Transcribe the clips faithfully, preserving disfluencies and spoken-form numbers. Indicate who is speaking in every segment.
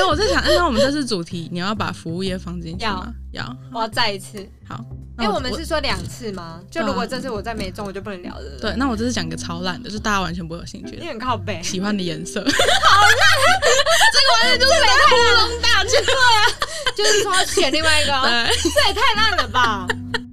Speaker 1: 那我在想，按照我们这次主题，你要把服务业放进去吗？要，要
Speaker 2: 我要再一次。
Speaker 1: 好，
Speaker 2: 因为我们是说两次吗？就如果这次我再没中，我就不能聊了。
Speaker 1: 对，那我这次讲个超烂的，就是大家完全不会有兴趣的。
Speaker 2: 你很靠北。
Speaker 1: 喜欢的颜色，好烂，
Speaker 2: 这个完全就是在糊弄大家。对啊，就是说选另外一个、哦，这也太烂了吧！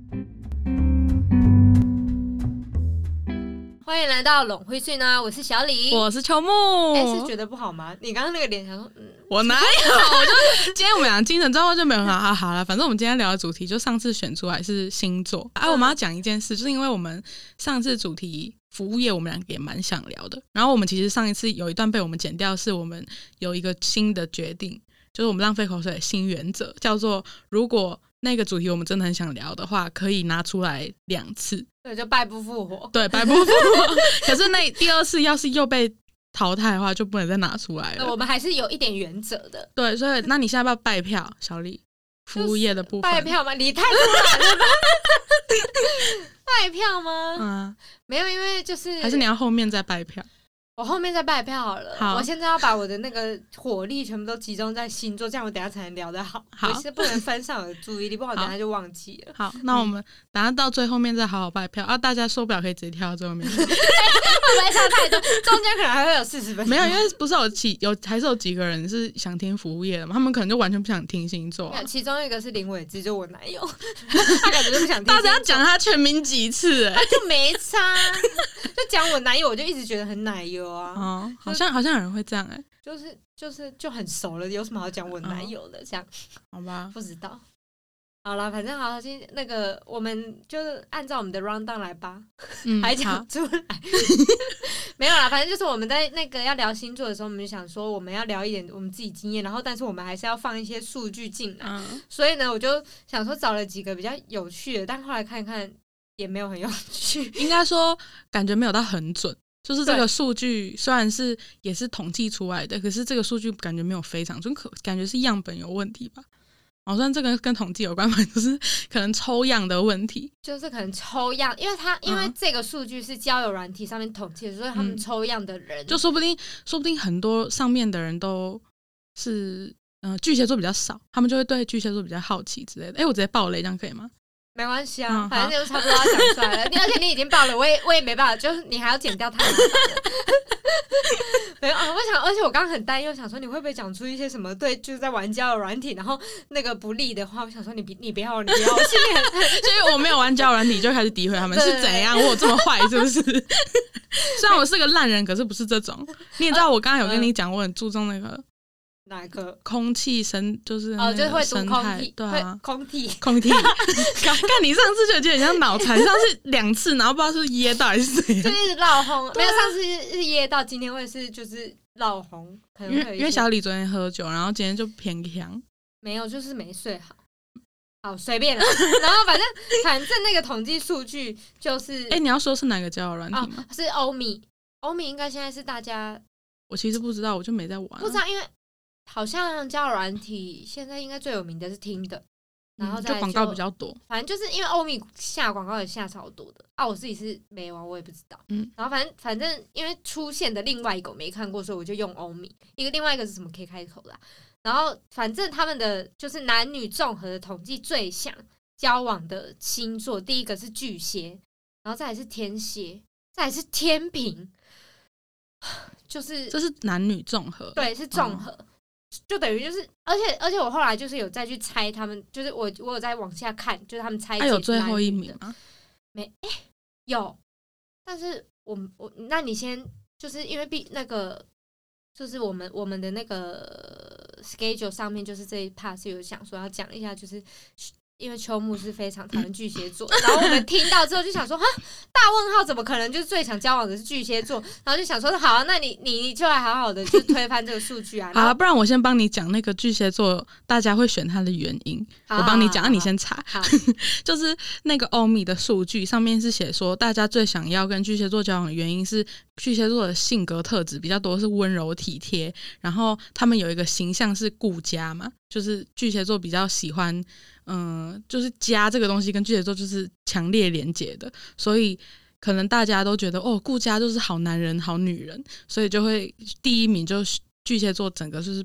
Speaker 2: 欢迎来到龙辉讯啊，我是小李，
Speaker 1: 我是秋木。
Speaker 2: 哎、欸，是觉得不好吗？你刚刚那个脸想说，嗯，
Speaker 1: 我哪有？我就今天我们俩精神状况就没有很好啊。好了，反正我们今天聊的主题就上次选出来是星座。哎、啊，我们要讲一件事，就是因为我们上次主题服务业，我们两个也蛮想聊的。然后我们其实上一次有一段被我们剪掉，是我们有一个新的决定，就是我们浪费口水的新原则，叫做如果那个主题我们真的很想聊的话，可以拿出来两次。
Speaker 2: 对，就败不复活。
Speaker 1: 对，败不复活。可是那第二次要是又被淘汰的话，就不能再拿出来了。
Speaker 2: 我们还是有一点原则的。
Speaker 1: 对，所以那你现在要不要拜票，小李？服务业的部分。
Speaker 2: 拜票吗？你太突然了吧？拜票吗？嗯，没有，因为就是
Speaker 1: 还是你要后面再拜票。
Speaker 2: 我后面再拜票好了。好，我现在要把我的那个火力全部都集中在星座，这样我等一下才能聊得好。好，我是不能分散我的注意力，不然我等一下就忘记了。
Speaker 1: 好，那我们等一下到最后面再好好拜票啊！大家受不了可以直接跳到最后面。
Speaker 2: 会不会差太多？中间可能还会有四十分钟。
Speaker 1: 没有，因为不是有几有还是有几个人是想听服务业的嘛，他们可能就完全不想听星座、啊。
Speaker 2: 其中一个是林伟之，就我男友，他感觉就不想听。
Speaker 1: 大家要讲他全名几次、欸？哎，
Speaker 2: 就没差，就讲我男友，我就一直觉得很奶油啊。
Speaker 1: 哦，好像好像有人会这样哎、欸，
Speaker 2: 就是就是就很熟了，有什么好讲我男友的、哦、这样？
Speaker 1: 好吧，
Speaker 2: 不知道。好啦，反正好，今那个我们就是按照我们的 round down 来吧，嗯、还讲出来没有啦，反正就是我们在那个要聊星座的时候，我们就想说我们要聊一点我们自己经验，然后但是我们还是要放一些数据进来、嗯，所以呢，我就想说找了几个比较有趣的，但后来看看也没有很有趣，
Speaker 1: 应该说感觉没有到很准。就是这个数据虽然是也是统计出来的，可是这个数据感觉没有非常准，可感觉是样本有问题吧。好像这个跟统计有关嘛，就是可能抽样的问题，
Speaker 2: 就是可能抽样，因为他因为这个数据是交友软体上面统计的，所以他们抽样的人、嗯、
Speaker 1: 就说不定说不定很多上面的人都是呃巨蟹座比较少，他们就会对巨蟹座比较好奇之类的。哎、欸，我直接爆雷这样可以吗？
Speaker 2: 没关系啊、嗯，反正就差不多要讲出来了。而且你已经爆了，我也我也没办法，就是你还要剪掉太麻烦了。没有啊，我想，而且我刚刚很担忧，想说你会不会讲出一些什么对，就是在玩交友软体，然后那个不利的话，我想说你你不要，你不要，我心里很，
Speaker 1: 就因为我没有玩交友软体就开始诋毁他们是怎样，我有这么坏是不是？虽然我是个烂人，可是不是这种。你也知道，我刚刚有跟你讲，我很注重那个。
Speaker 2: 哪一个
Speaker 1: 空气生就是
Speaker 2: 哦，就是会读空气，
Speaker 1: 对啊，
Speaker 2: 空气
Speaker 1: 空气。看你上次就有点像脑残，上次两次，然后不知道是噎到还是怎样，
Speaker 2: 就一直闹红。没有，上次是噎到，今天会是就是闹红，可能会有
Speaker 1: 因为因为小李昨天喝酒，然后今天就偏强。
Speaker 2: 没有，就是没睡好。好，随便了。然后反正反正那个统计数据就是，
Speaker 1: 哎、欸，你要说是哪个交友软体吗？
Speaker 2: 哦、是欧米，欧米应该现在是大家，
Speaker 1: 我其实不知道，我就没在玩、啊，
Speaker 2: 不知道，因为。好像交友软体现在应该最有名的是Tinder，然后再 就,、嗯、就
Speaker 1: 广告比较多。
Speaker 2: 反正就是因为欧米下广告也下超多的啊，我自己是没玩，我也不知道。嗯，然后反正反正因为出现的另外一个我没看过，所以我就用欧米。一个另外一个是什么 K 开头的、啊，然后反正他们的就是男女综合的统计最想交往的星座，第一个是巨蟹，然后再来是天蝎，再来是天秤，就是
Speaker 1: 这是男女综合，
Speaker 2: 对，是综合。哦，就等于就是，而且而且我后来就是有再去猜他们，就是我我有在往下看，就是他们猜。还、啊、
Speaker 1: 有最后一名吗？
Speaker 2: 没，哎、欸，有，但是我我那你先就是因为必那个就是我们我们的那个 schedule 上面就是这一 part 是有想说要讲一下，就是因为秋木是非常讨厌巨蟹座，然后我们听到之后就想说，哈，大问号怎么可能就是最想交往的是巨蟹座？然后就想说，好、啊，那你你就来好好的就推翻这个数据啊。
Speaker 1: 好啊，不然我先帮你讲那个巨蟹座大家会选他的原因，我帮你讲，那、啊、你先查。
Speaker 2: 好，
Speaker 1: 就是那个欧米的数据上面是写说，大家最想要跟巨蟹座交往的原因是巨蟹座的性格特质比较多是温柔体贴，然后他们有一个形象是顾家嘛，就是巨蟹座比较喜欢。嗯，就是家这个东西跟巨蟹座就是强烈连结的，所以可能大家都觉得哦，顾家就是好男人、好女人，所以就会第一名就巨蟹座，整个就是被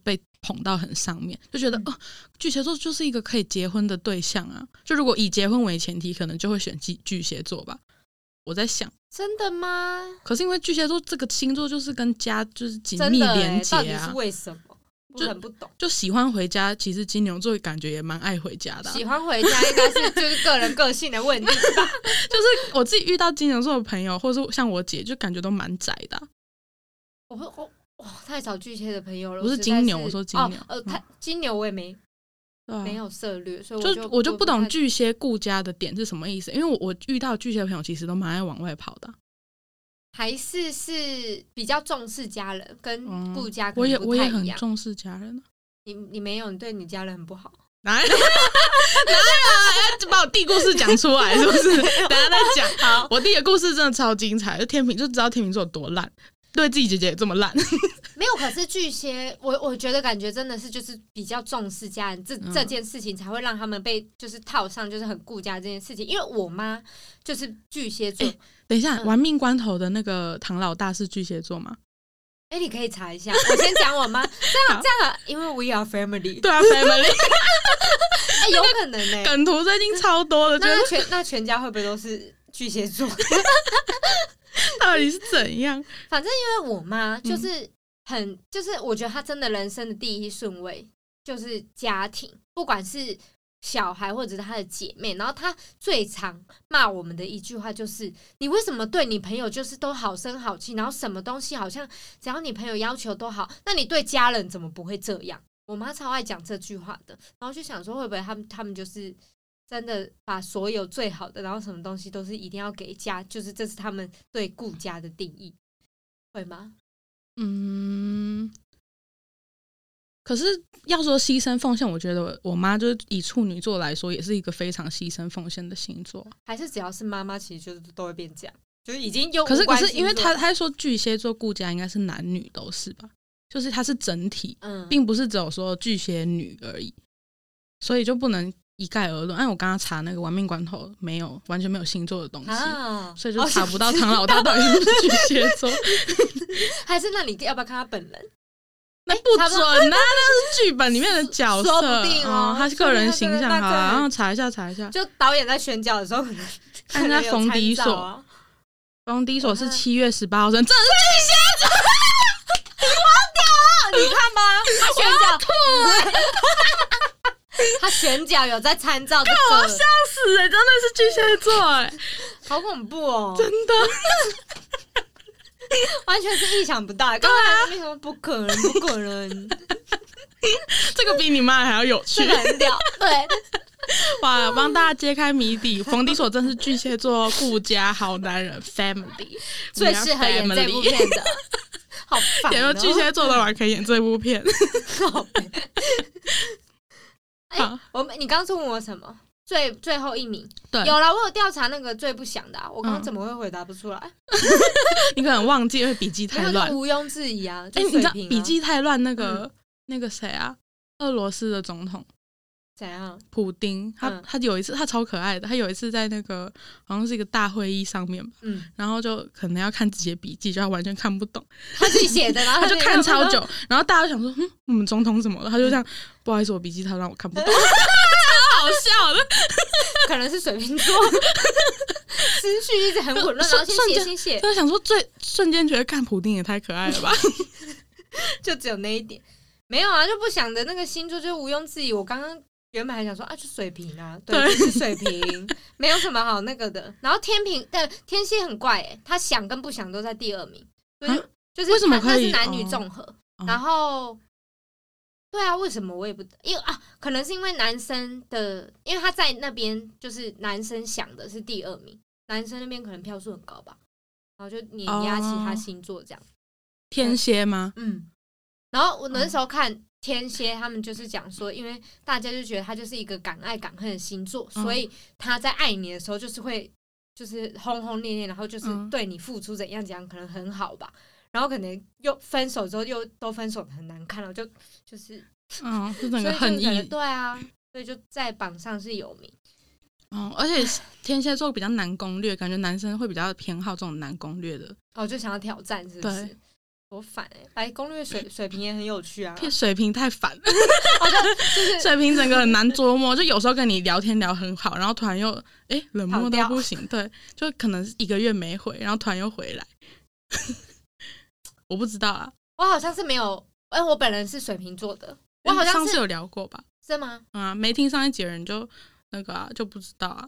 Speaker 1: 捧到很上面，就觉得、
Speaker 2: 嗯、
Speaker 1: 哦，巨蟹座就是一个可以结婚的对象啊。就如果以结婚为前提，可能就会选巨巨蟹座吧。我在想，
Speaker 2: 真的吗？
Speaker 1: 可是因为巨蟹座这个星座就是跟家就是紧密连接啊，
Speaker 2: 到底是为什么？我很不懂。
Speaker 1: 就喜欢回家，其实金牛座感觉也蛮爱回家的、啊。
Speaker 2: 喜欢回家应该是就是个人个性的问题吧。
Speaker 1: 就是我自己遇到金牛座的朋友，或是像我姐，就感觉都蛮宅的、啊。
Speaker 2: 我不我哇，太少巨蟹的朋友了。
Speaker 1: 不是金牛，我说金牛。
Speaker 2: 哦、呃，他、嗯、金牛我也没。
Speaker 1: 啊、
Speaker 2: 没有涉略，所以
Speaker 1: 我
Speaker 2: 就
Speaker 1: 我就不懂巨蟹顾家的点是什么意思。因为我我遇到巨蟹的朋友，其实都蛮爱往外跑的、啊。
Speaker 2: 还是是比较重视家人，跟顾家可
Speaker 1: 能不太一样、嗯、我也我也很重视家人、啊、
Speaker 2: 你你没有，你对你家人很不好。
Speaker 1: 哪有哪有啊？要把我弟故事讲出来是不是？等一下再讲。好，我弟的故事真的超精彩，就天秤就知道天秤座有多烂，对自己姐姐也这么烂。
Speaker 2: 没有，可是巨蟹，我我觉得感觉真的是就是比较重视家人这、嗯、这件事情，才会让他们被就是套上就是很顾家这件事情。因为我妈就是巨蟹座。欸、
Speaker 1: 等一下、嗯，玩命关头的那个唐老大是巨蟹座吗？
Speaker 2: 哎、欸，你可以查一下。我先讲我妈，这样这样，因为 we are family。
Speaker 1: 对啊 ，family。
Speaker 2: 哎、欸，有可能呢、欸。
Speaker 1: 梗图最近超多的，
Speaker 2: 那全那全家会不会都是巨蟹座？
Speaker 1: 到底是怎样？
Speaker 2: 反正因为我妈就是很，嗯、就是我觉得她真的人生的第一顺位就是家庭，不管是小孩或者是她的姐妹。然后她最常骂我们的一句话就是：“你为什么对你朋友就是都好声好气，然后什么东西好像只要你朋友要求都好，那你对家人怎么不会这样？”我妈超爱讲这句话的，然后就想说会不会他们他们就是真的把所有最好的，然后什么东西都是一定要给家，就是这是他们对顾家的定义，会吗？
Speaker 1: 嗯，可是要说牺牲奉献，我觉得我妈就是以处女座来说，也是一个非常牺牲奉献的星座。
Speaker 2: 还是只要是妈妈，其实就是都会变这样，就是已经有。
Speaker 1: 可是可是，因为他他说巨蟹座顾家应该是男女都是吧？就是它是整体，嗯，并不是只有说巨蟹女而已，所以就不能一概而论。按我刚刚查那个玩命关头，没有完全没有星座的东西，啊、所以就查不到唐老大到底是不是巨蟹座。
Speaker 2: 还是那你要不要看他本人？
Speaker 1: 那不准啊，那是剧本里面的角色，
Speaker 2: 说不定哦，
Speaker 1: 嗯、他是个人形象。好，然后查一下查一下，
Speaker 2: 就导演在选角的时候可能
Speaker 1: 看一下冯迪索，冯迪索是七月十八号生，真的是巨蟹座。
Speaker 2: 你看吧，他选角，他选角有在参照这个，
Speaker 1: 我笑死哎、欸，真的是巨蟹座哎、欸，
Speaker 2: 好恐怖哦，
Speaker 1: 真的，
Speaker 2: 完全是意想不到。刚才为什么不可能？不可能，
Speaker 1: 这个比你妈还要有趣，
Speaker 2: 这个很屌，对。
Speaker 1: 哇！帮大家揭开谜底，冯迪索真是巨蟹座顾家好男人 ，family
Speaker 2: 最适合演这部片的。好烦、喔！
Speaker 1: 演了巨蟹座的话可以演这部片。
Speaker 2: 好哎、欸，我你刚刚问我什么？最最后一名，
Speaker 1: 对，
Speaker 2: 有啦，我有调查那个最不想的、啊，我刚刚怎么会回答不出来？嗯、
Speaker 1: 你可能忘记，因为笔记太乱，
Speaker 2: 毋庸置疑啊。哎、
Speaker 1: 欸，你知道笔记太乱，那个、
Speaker 2: 嗯、
Speaker 1: 那个谁啊，俄羅斯的总统。
Speaker 2: 怎样？
Speaker 1: 普丁，他、嗯、他有一次他超可爱的，他有一次在那个好像是一个大会议上面吧，嗯，然后就可能要看自己的笔记，就他完全看不懂，
Speaker 2: 他自己写的，然后
Speaker 1: 他就看超久，然后大家就想说，嗯，我们总统什么的，他就这样，不好意思，我笔记太让我看不懂，超好笑的，
Speaker 2: 可能是水瓶座，思绪一直很混乱，然后先写先写，
Speaker 1: 就想说最瞬间觉得看普丁也太可爱了吧，
Speaker 2: 就只有那一点，没有啊，就不想的那个星座就毋庸置疑，我刚刚。原本还想说啊，就水瓶啊，对，对就是水瓶，没有什么好那个的。然后天平，但天蝎很怪哎、欸，他想跟不想都在第二名，所以就是
Speaker 1: 为什么可以？
Speaker 2: 他是男女综合。哦、然后，对啊，为什么我也不因为啊，可能是因为男生的，因为他在那边就是男生想的是第二名，男生那边可能票数很高吧，然后就碾压其他星座这样。哦、
Speaker 1: 天蝎吗？
Speaker 2: 嗯。然后我那时候看。嗯天蝎他们就是讲说，因为大家就觉得他就是一个敢爱敢恨的星座，嗯、所以他在爱你的时候就是会就是轰轰烈烈，然后就是对你付出怎样怎样，可能很好吧。然后可能又分手之后又都分手很难看了，就就是
Speaker 1: 嗯，是整个恨意。
Speaker 2: 对啊，所以就在榜上是有名。
Speaker 1: 哦，而且天蝎座比较难攻略，感觉男生会比较偏好这种难攻略的。
Speaker 2: 哦，就想要挑战，是不是？ 多烦哎、欸！来攻略水水瓶也很有趣啊，
Speaker 1: 水瓶太烦，就是水瓶整个很难捉摸，就有时候跟你聊天聊很好，然后突然又哎、欸、冷漠到不行，对，就可能一个月没回，然后突然又回来，我不知道啊，
Speaker 2: 我好像是没有，哎、欸，我本人是水瓶座的，我好像是
Speaker 1: 上次有聊过吧？
Speaker 2: 是吗？
Speaker 1: 啊，没听上一集的人就那个啊，就不知道啊。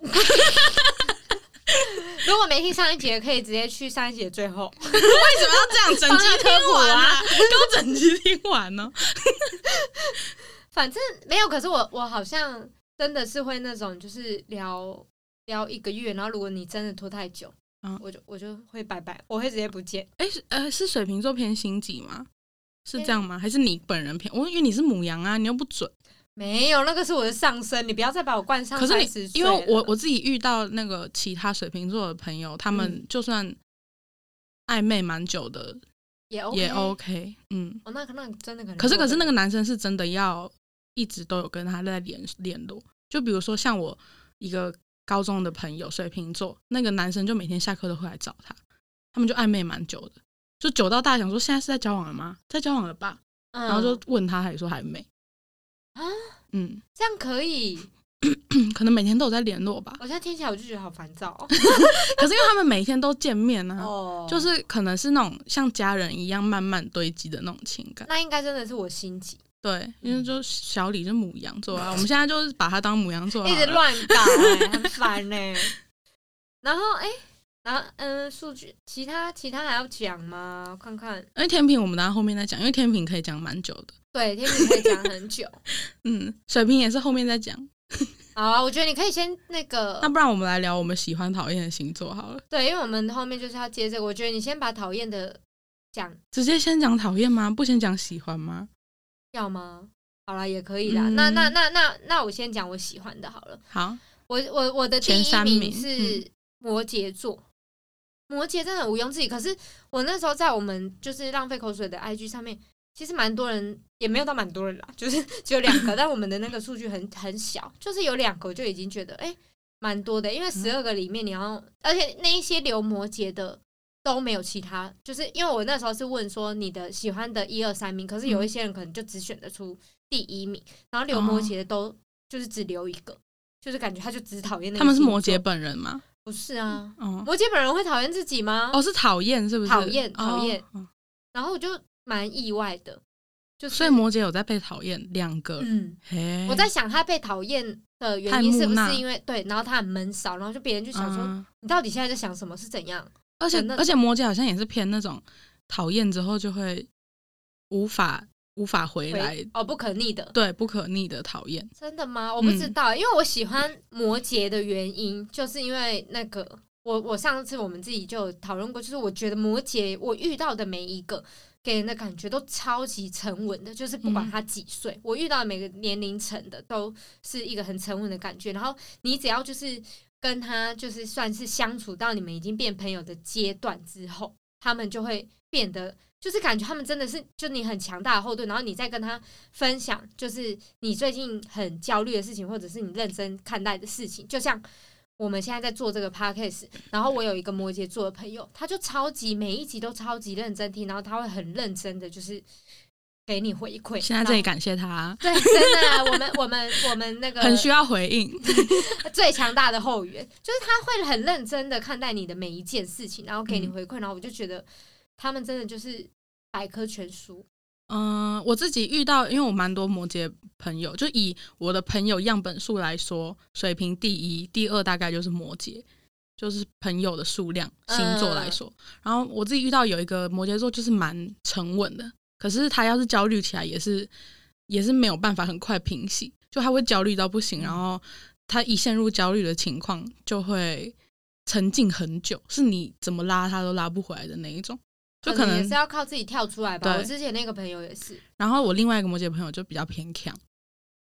Speaker 2: 如果没听上一集，可以直接去上一集的最后。
Speaker 1: 为什么要这样？整集听完啊？给我整集听完呢？
Speaker 2: 反正没有，可是我我好像真的是会那种，就是聊聊一个月，然后如果你真的拖太久，嗯，我就我就会拜拜，我会直接不见。
Speaker 1: 哎、欸，呃，是水瓶座偏心机吗？是这样吗？欸、还是你本人偏？我因为你是牡羊啊，你又不准。
Speaker 2: 没有，那个是我的上升，你不要再把我冠上三十岁了。可是你，
Speaker 1: 因为我我自己遇到那个其他水瓶座的朋友，他们就算暧昧蛮久的，
Speaker 2: 也 OK，,
Speaker 1: 也 OK， 嗯，
Speaker 2: 哦，那那真的可能。
Speaker 1: 可是可是那个男生是真的要一直都有跟他在联联络，就比如说像我一个高中的朋友水瓶座，那个男生就每天下课都会来找他，他们就暧昧蛮久的，就久到大家想说现在是在交往了吗？在交往了吧？嗯、然后就问他，他也说还没。
Speaker 2: 啊，
Speaker 1: 嗯，
Speaker 2: 这样可以，
Speaker 1: 可能每天都有在联络吧。
Speaker 2: 我现在听起来我就觉得好烦躁、哦。
Speaker 1: 可是因为他们每天都见面啊，
Speaker 2: 哦，
Speaker 1: 就是可能是那种像家人一样慢慢堆积的那种情感。
Speaker 2: 那应该真的是我心急。
Speaker 1: 对，因为就小李是牡羊座啊，我们现在就是把他当牡羊座，
Speaker 2: 一直乱搞、欸，很烦呢、欸。然后哎。欸然后嗯，数据其他其他还要讲吗？我看看，
Speaker 1: 因为天平我们等一下后面再讲，因为天平可以讲蛮久的。
Speaker 2: 对，天平可以讲很久。
Speaker 1: 嗯，水瓶也是后面再讲。
Speaker 2: 好啊，我觉得你可以先那个，
Speaker 1: 那不然我们来聊我们喜欢讨厌的星座好了。
Speaker 2: 对，因为我们后面就是要接这个，我觉得你先把讨厌的讲，
Speaker 1: 直接先讲讨厌吗？不先讲喜欢吗？
Speaker 2: 要吗？好啦，也可以啦。嗯、那那那那那我先讲我喜欢的好了。
Speaker 1: 好，
Speaker 2: 我我我的第一名是摩羯座。摩羯真的很毋庸置疑，可是我那时候在我们就是浪费口水的 I G 上面，其实蛮多人，也没有到蛮多人啦，就是只有两个，但我们的那个数据很很小，就是有两个我就已经觉得哎蛮、欸、多的，因为十二个里面你要，而且那一些留摩羯的都没有其他，就是因为我那时候是问说你的喜欢的一二三名，可是有一些人可能就只选得出第一名，然后留摩羯的都就是只留一个，就是感觉他就只讨厌那个。
Speaker 1: 他们是摩羯本人吗？
Speaker 2: 不是啊，
Speaker 1: 哦、
Speaker 2: 摩羯本人会讨厌自己吗？
Speaker 1: 哦，是讨厌是不是？
Speaker 2: 讨厌讨厌，
Speaker 1: 哦、
Speaker 2: 然后我就蛮意外的，就是
Speaker 1: 所以摩羯有在被讨厌两个。
Speaker 2: 嗯，我在想他被讨厌的原因是不是因为对，然后他很闷骚，然后就别人就想说、嗯、你到底现在在想什么？是怎样？
Speaker 1: 而且而且摩羯好像也是偏那种讨厌之后就会无法。无法回来
Speaker 2: 回哦，不可逆的，
Speaker 1: 对，不可逆的讨厌。
Speaker 2: 真的吗？我不知道、嗯，因为我喜欢摩羯的原因，就是因为那个我我上次我们自己就有讨论过，就是我觉得摩羯我遇到的每一个给人的感觉都超级沉稳的，就是不管他几岁、嗯，我遇到的每个年龄层的都是一个很沉稳的感觉。然后你只要就是跟他就是算是相处到你们已经变朋友的阶段之后，他们就会变得。就是感觉他们真的是就你很强大的后盾，然后你再跟他分享就是你最近很焦虑的事情，或者是你认真看待的事情，就像我们现在在做这个 podcast， 然后我有一个摩羯座的朋友，他就超级每一集都超级认真听，然后他会很认真的就是给你回馈。
Speaker 1: 现在这里感谢他，
Speaker 2: 对，真的，我们我们我们那个
Speaker 1: 很需要回应，
Speaker 2: 最强大的后援就是他会很认真的看待你的每一件事情，然后给你回馈、嗯，然后我就觉得他们真的就是百科全书。
Speaker 1: 嗯、呃，我自己遇到，因为我蛮多摩羯朋友，就以我的朋友样本数来说，水瓶第一，第二大概就是摩羯，就是朋友的数量星座来说、嗯。然后我自己遇到有一个摩羯座，就是蛮沉稳的，可是他要是焦虑起来，也是也是没有办法很快平息，就他会焦虑到不行，然后他一陷入焦虑的情况，就会沉浸很久，是你怎么拉他都拉不回来的那一种。就可能
Speaker 2: 也是要靠自己跳出来吧。我之前那个朋友也是。
Speaker 1: 然后我另外一个摩羯朋友就比较偏强，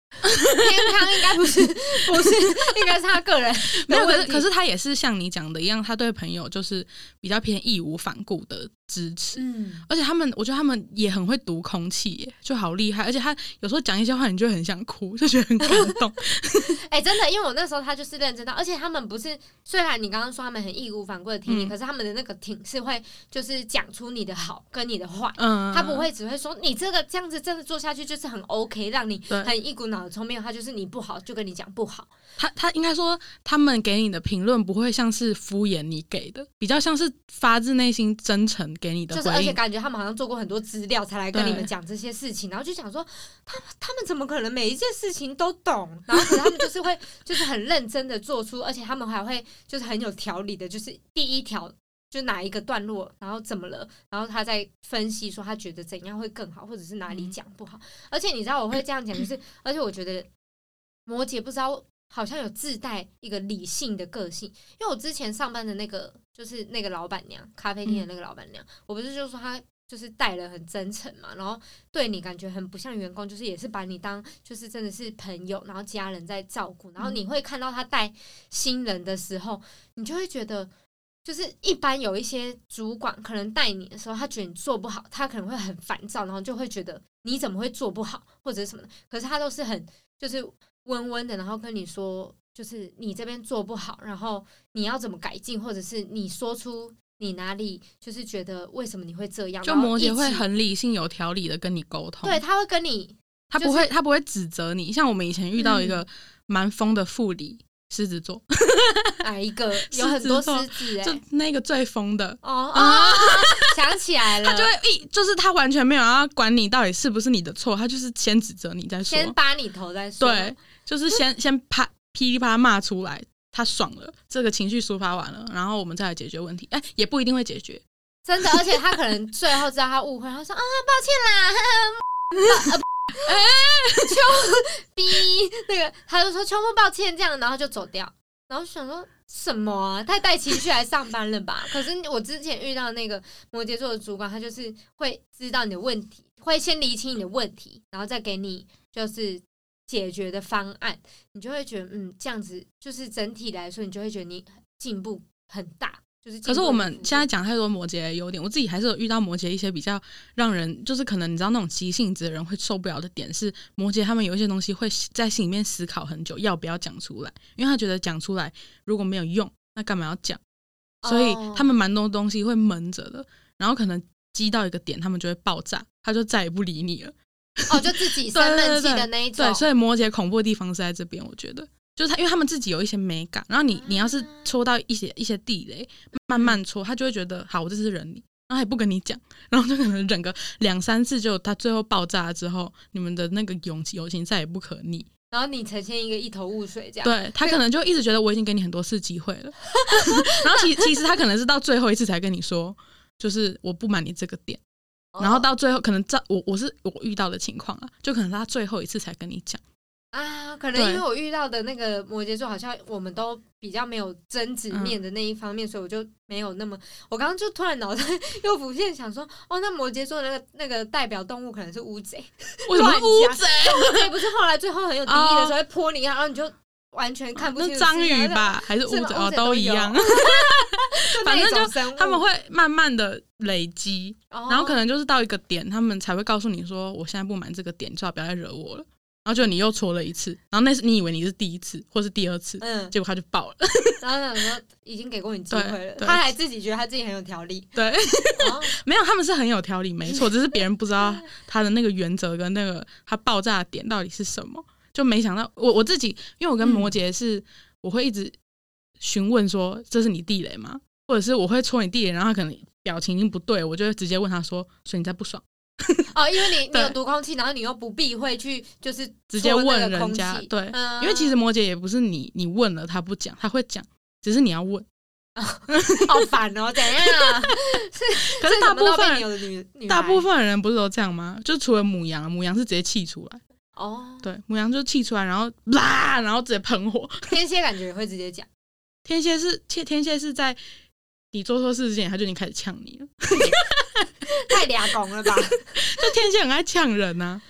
Speaker 2: 偏康应该不是不是，应该是他个人
Speaker 1: 没有，可
Speaker 2: 的问题。
Speaker 1: 是可是他也是像你讲的一样，他对朋友就是比较偏义无反顾的支持，
Speaker 2: 嗯，
Speaker 1: 而且他们我觉得他们也很会读空气耶，就好厉害，而且他有时候讲一些话你就很想哭，就觉得很感动。
Speaker 2: 哎、欸，真的，因为我那时候他就是认真到，而且他们不是，虽然你刚刚说他们很义无反顾的挺你、嗯，可是他们的那个挺是会就是讲出你的好跟你的坏，嗯，他不会只会说你这个这样子真的做下去就是很 OK， 让你很一股脑的聪明，他就是你不好就跟你讲不好。
Speaker 1: 他他应该说他们给你的评论不会像是敷衍你给的，比较像是发自内心真诚给你的回应，
Speaker 2: 就是而且感觉他们好像做过很多资料才来跟你们讲这些事情，然后就想说他们他们怎么可能每一件事情都懂，然后可是他们就是会就是很认真的做出，而且他们还会就是很有条理的，就是第一条就哪一个段落然后怎么了，然后他再分析说他觉得怎样会更好，或者是哪里讲不好、嗯、而且你知道我会这样讲就是而且我觉得摩羯不知道好像有自带一个理性的个性，因为我之前上班的那个就是那个老板娘，咖啡店的那个老板娘、嗯、我不是就说她就是待人很真诚嘛，然后对你感觉很不像员工，就是也是把你当就是真的是朋友，然后家人在照顾，然后你会看到她带新人的时候你就会觉得就是一般有一些主管可能带你的时候他觉得你做不好，他可能会很烦躁，然后就会觉得你怎么会做不好或者是什么的，可是他都是很就是温温的，然后跟你说就是你这边做不好，然后你要怎么改进，或者是你说出你哪里就是觉得为什么你会这样，
Speaker 1: 就摩羯会很理性有条理的跟你沟通，
Speaker 2: 对，他会跟你、就是、
Speaker 1: 他不会他不会指责你，像我们以前遇到一个蛮疯的副理狮子座，
Speaker 2: 哪一个？有很多狮子哎、欸，
Speaker 1: 就那个最疯的
Speaker 2: 哦哦，想起来了，
Speaker 1: 他就会一就是他完全没有要管你到底是不是你的错，他就是先指责你再说，
Speaker 2: 先扒你头再说，
Speaker 1: 对，就是先先啪噼里啪啦骂出来，他爽了，这个情绪抒发完了，然后我们再来解决问题，哎、欸，也不一定会解决，
Speaker 2: 真的，而且他可能最后知道他误会，他说啊，抱歉啦。呃哎、欸，秋逼那个，他就说秋木抱歉这样，然后就走掉，然后想说什么啊？太带情绪来上班了吧？可是我之前遇到那个摩羯座的主管，他就是会知道你的问题，会先厘清你的问题，然后再给你就是解决的方案，你就会觉得嗯，这样子就是整体来说，你就会觉得你进步很大。就是
Speaker 1: 可是我们现在讲太多摩羯的优点，我自己还是有遇到摩羯一些比较让人就是可能你知道那种急性子的人会受不了的点是，摩羯他们有一些东西会在心里面思考很久要不要讲出来，因为他觉得讲出来如果没有用那干嘛要讲，所以他们蛮多东西会闷着的，然后可能激到一个点他们就会爆炸，他就再也不理你了。
Speaker 2: 哦，就自己生闷气的那一种。
Speaker 1: 对, 对, 对, 对，所以摩羯恐怖的地方是在这边，我觉得就是他，因为他们自己有一些美感，然后你你要是戳到一些一些地雷，慢慢戳，他就会觉得好，我这是忍你，然后也不跟你讲，然后就可能忍个两三次，就他最后爆炸了之后，你们的那个友友情再也不可逆，
Speaker 2: 然后你呈现一个一头雾水这样。
Speaker 1: 对，他可能就一直觉得我已经给你很多次机会了，然后其其实他可能是到最后一次才跟你说，就是我不满你这个点，然后到最后可能照我我是我遇到的情况啊，就可能他最后一次才跟你讲。
Speaker 2: 啊，可能因为我遇到的那个摩羯座好像我们都比较没有争执面的那一方面、嗯、所以我就没有那么，我刚刚就突然脑袋又浮现想说，哦，那摩羯座的那个那个代表动物可能是乌贼。
Speaker 1: 为什么乌贼？
Speaker 2: 乌贼不是后来最后很有敌意的时候会泼你一下、哦、然后你就完全看不清楚、哦、
Speaker 1: 那章鱼吧还是乌贼？哦，都一样。反正就他们会慢慢的累积、哦、然后可能就是到一个点他们才会告诉你说我现在不满这个点，最好不要再惹我了，然后就你又戳了一次，然后那是你以为你是第一次或是第二次、嗯、结果他就爆了，
Speaker 2: 然后想说已经给过你机会了，他还自己觉得他自己很有条理。对、
Speaker 1: 哦、没有，他们是很有条理没错，只是别人不知道他的那个原则跟那个他爆炸的点到底是什么，就没想到我我自己，因为我跟摩羯是、嗯、我会一直询问说这是你地雷吗，或者是我会戳你地雷，然后他可能表情已经不对，我就会直接问他说所以你在不爽
Speaker 2: 哦，因为你你有读空气，然后你又不避讳去就是
Speaker 1: 直接问人家，对、嗯，因为其实摩羯也不是你你问了他不讲，他会讲，只是你要问。
Speaker 2: 哦、好烦哦，怎样啊？是
Speaker 1: 可是大部分
Speaker 2: 有的女女
Speaker 1: 大部分人不是都这样吗？就除了母羊，母羊是直接气出来。哦，对，母羊就气出来，然后啦，然后直接喷火。
Speaker 2: 天蝎感觉也会直接讲。
Speaker 1: 天蝎是天蝎是在你做错事之前，他就已经开始呛你了。
Speaker 2: 太俩拱了吧？
Speaker 1: 就天蝎很爱呛人啊。
Speaker 2: 对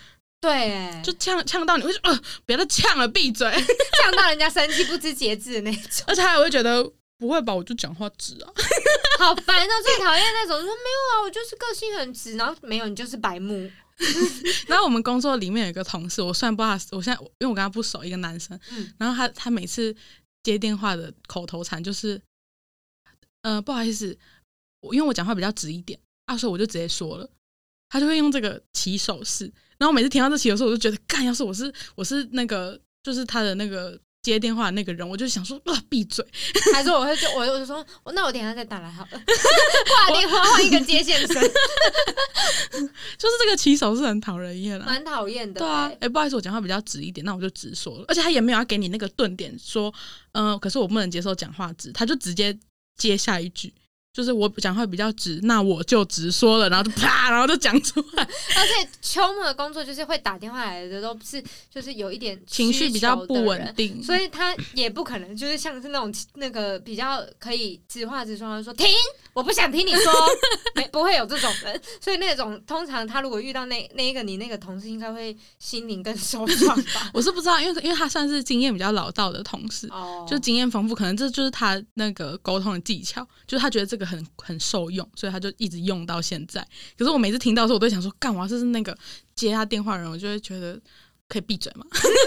Speaker 2: 对，哎，
Speaker 1: 就呛呛到你会说呃，别再呛了，闭嘴，
Speaker 2: 呛到人家生气不知节制的那种。
Speaker 1: 而且还会觉得不会吧，我就讲话直啊，
Speaker 2: 好烦哦！最讨厌那种说没有啊，我就是个性很直，然后没有你就是白目。
Speaker 1: 然后我们工作里面有一个同事，我虽然不知道他，我现在因为我跟他不熟，一个男生，嗯、然后他他每次接电话的口头禅就是，呃，不好意思，我因为我讲话比较直一点啊，所以我就直接说了，他就会用这个起手式，然后每次听到这起手式，我就觉得，干，要是我是我是那个就是他的那个接电话的那个人，我就想说，啊，闭嘴！
Speaker 2: 还是我会就我我就说，那我等一下再打来好了，挂电话换一个接线生。
Speaker 1: 就是这个起手是很讨人厌啊，
Speaker 2: 蛮讨厌的、欸。
Speaker 1: 对啊，哎、欸，不好意思，我讲话比较直一点，那我就直说了，而且他也没有要给你那个顿点说，嗯、呃，可是我不能接受讲话直，他就直接接下一句。就是我讲话比较直，那我就直说了，然后就啪，然后就讲出来。
Speaker 2: 而且秋木的工作就是会打电话来的，都是就是有一点
Speaker 1: 情绪比较不稳定，
Speaker 2: 所以他也不可能就是像是那种那个比较可以直话直说，说停，我不想听你说，没不会有这种人。所以那种通常他如果遇到那那一个你那个同事，应该会心灵更受创吧？
Speaker 1: 我是不知道，因为因为他算是经验比较老道的同事，哦、就经验丰富，可能这就是他那个沟通的技巧，就是他觉得这个很很受用，所以他就一直用到现在。可是我每次听到的时候，我都想说，干嘛？这是那个接他电话的人，我就会觉得可以闭嘴吗？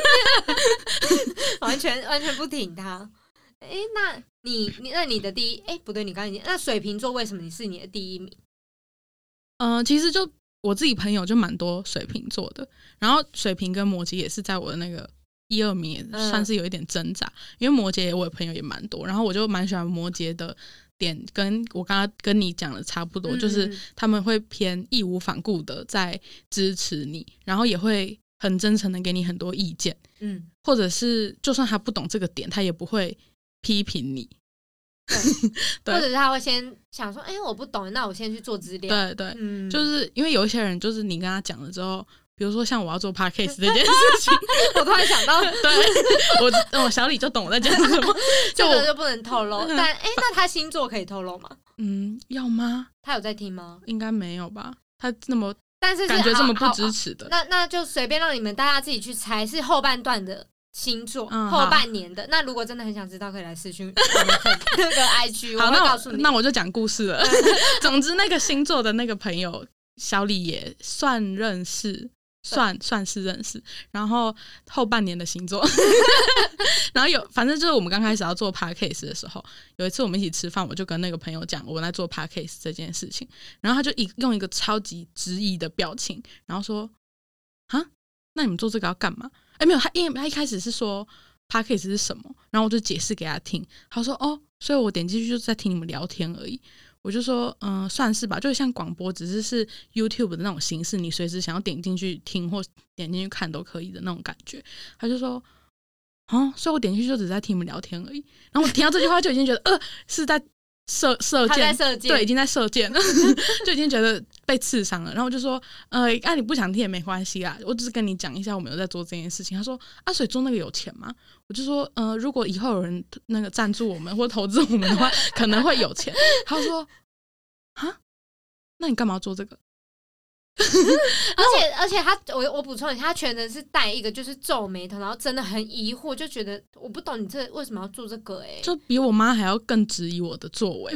Speaker 2: 完全完全不挺他。哎、欸，那你你那你的第一，哎、欸，不对，你刚刚已经那水瓶座为什么你是你的第一名？
Speaker 1: 嗯、呃，其实就我自己朋友就蛮多水瓶座的，然后水瓶跟摩羯也是在我的那个一二名，也算是有一点挣扎，嗯、因为摩羯我的朋友也蛮多，然后我就蛮喜欢摩羯的点，跟我刚刚跟你讲的差不多，嗯、就是他们会偏义无反顾的在支持你，然后也会很真诚的给你很多意见，嗯，或者是就算他不懂这个点，他也不会批评你。
Speaker 2: 对，或者是他会先想说，哎、欸，我不懂，那我先去做资料。
Speaker 1: 对对，嗯，就是因为有一些人，就是你跟他讲了之后，比如说像我要做 podcast 这件事情，
Speaker 2: 我突然想到，
Speaker 1: 对我我小李就懂我在讲什么，
Speaker 2: 这个就不能透露。但哎、欸，那他星座可以透露吗？
Speaker 1: 嗯，要吗？
Speaker 2: 他有在听吗？
Speaker 1: 应该没有吧？他那么，
Speaker 2: 但是
Speaker 1: 感觉这么不支持的，
Speaker 2: 那那就随便让你们大家自己去猜，是后半段的星座，嗯、后半年的。那如果真的很想知道，可以来私讯我们那个 I G， 我会告诉你。
Speaker 1: 那我就讲故事了。总之，那个星座的那个朋友小李也算认识，算算是认识。然后后半年的星座，然后有反正就是我们刚开始要做 podcast 的时候，有一次我们一起吃饭，我就跟那个朋友讲我在做 podcast 这件事情，然后他就一用一个超级质疑的表情，然后说：“啊，那你们做这个要干嘛？”哎，没有，他因为他一开始是说 podcast 是什么，然后我就解释给他听，他说哦，所以我点进去就是在听你们聊天而已。我就说嗯、呃，算是吧，就像广播，只是是 YouTube 的那种形式，你随时想要点进去听或点进去看都可以的那种感觉。他就说哦，所以我点进去就只是在听你们聊天而已。然后我听到这句话就已经觉得呃是在射射箭，
Speaker 2: 射箭
Speaker 1: 对，已经在射箭了，就已经觉得被刺伤了。然后我就说，呃，啊，你不想听也没关系啦，我只是跟你讲一下，我们有在做这件事情。他说，啊，所以做那个有钱吗？我就说，呃，如果以后有人那个赞助我们或投资我们的话，可能会有钱。他说，啊，那你干嘛要做这个？
Speaker 2: 而且而且他，我我补充一下，他全程是带一个就是皱眉头，然后真的很疑惑，就觉得我不懂你这为什么要做这个、欸？哎，
Speaker 1: 就比我妈还要更质疑我的作为。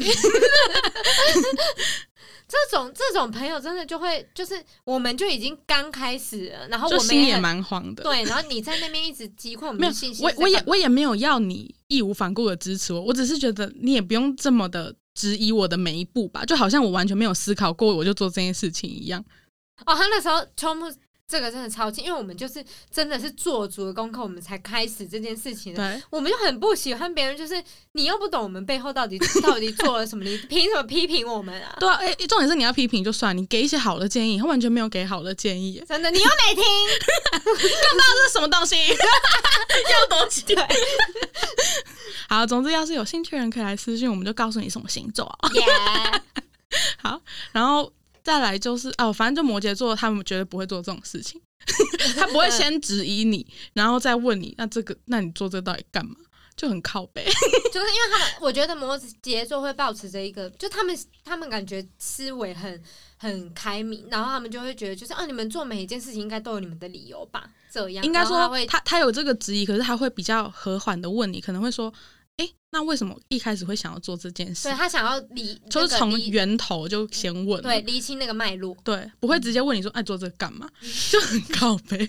Speaker 2: 这种这种朋友真的就会，就是我们就已经刚开始了，然后我们
Speaker 1: 心也蛮慌的，
Speaker 2: 对，然后你在那边一直击溃我们的信心。
Speaker 1: 我我也我也没有要你义无反顾的支持我，我只是觉得你也不用这么的质疑我的每一步吧，就好像我完全没有思考过我就做这件事情一样。
Speaker 2: 哦，他那时候秋木这个真的超近，因为我们就是真的是做足了功课，我们才开始这件事情的。
Speaker 1: 对，
Speaker 2: 我们就很不喜欢别人，就是你又不懂我们背后到底到底做了什么，你凭什么批评我们啊？
Speaker 1: 对啊，欸、重点是你要批评就算，你给一些好的建议，他完全没有给好的建议，
Speaker 2: 真的，你又没听，
Speaker 1: 看到这是什么东西，又躲起来。好，总之要是有兴趣的人可以来私讯，我们就告诉你什么星座。
Speaker 2: Yeah.
Speaker 1: 好，然后。再来就是哦，反正就摩羯座，他们绝对不会做这种事情。他不会先质疑你，然后再问你，那这个，那你做这个到底干嘛？ 就很靠北。
Speaker 2: 就是因为他们，我觉得摩羯座会抱持着一个，就他们他们感觉思维很很开明，然后他们就会觉得，就是啊，你们做每一件事情应该都有你们的理由吧，这样。
Speaker 1: 应该说
Speaker 2: 他会
Speaker 1: 他他有这个质疑，可是他会比较和缓的问你，可能会说，哎、欸，那为什么一开始会想要做这件事？
Speaker 2: 对他想要理，
Speaker 1: 就是从
Speaker 2: 那个
Speaker 1: 源头就先问，
Speaker 2: 对，厘清那个脉络，
Speaker 1: 对，不会直接问你说，哎、啊，做这个干嘛？就很靠北。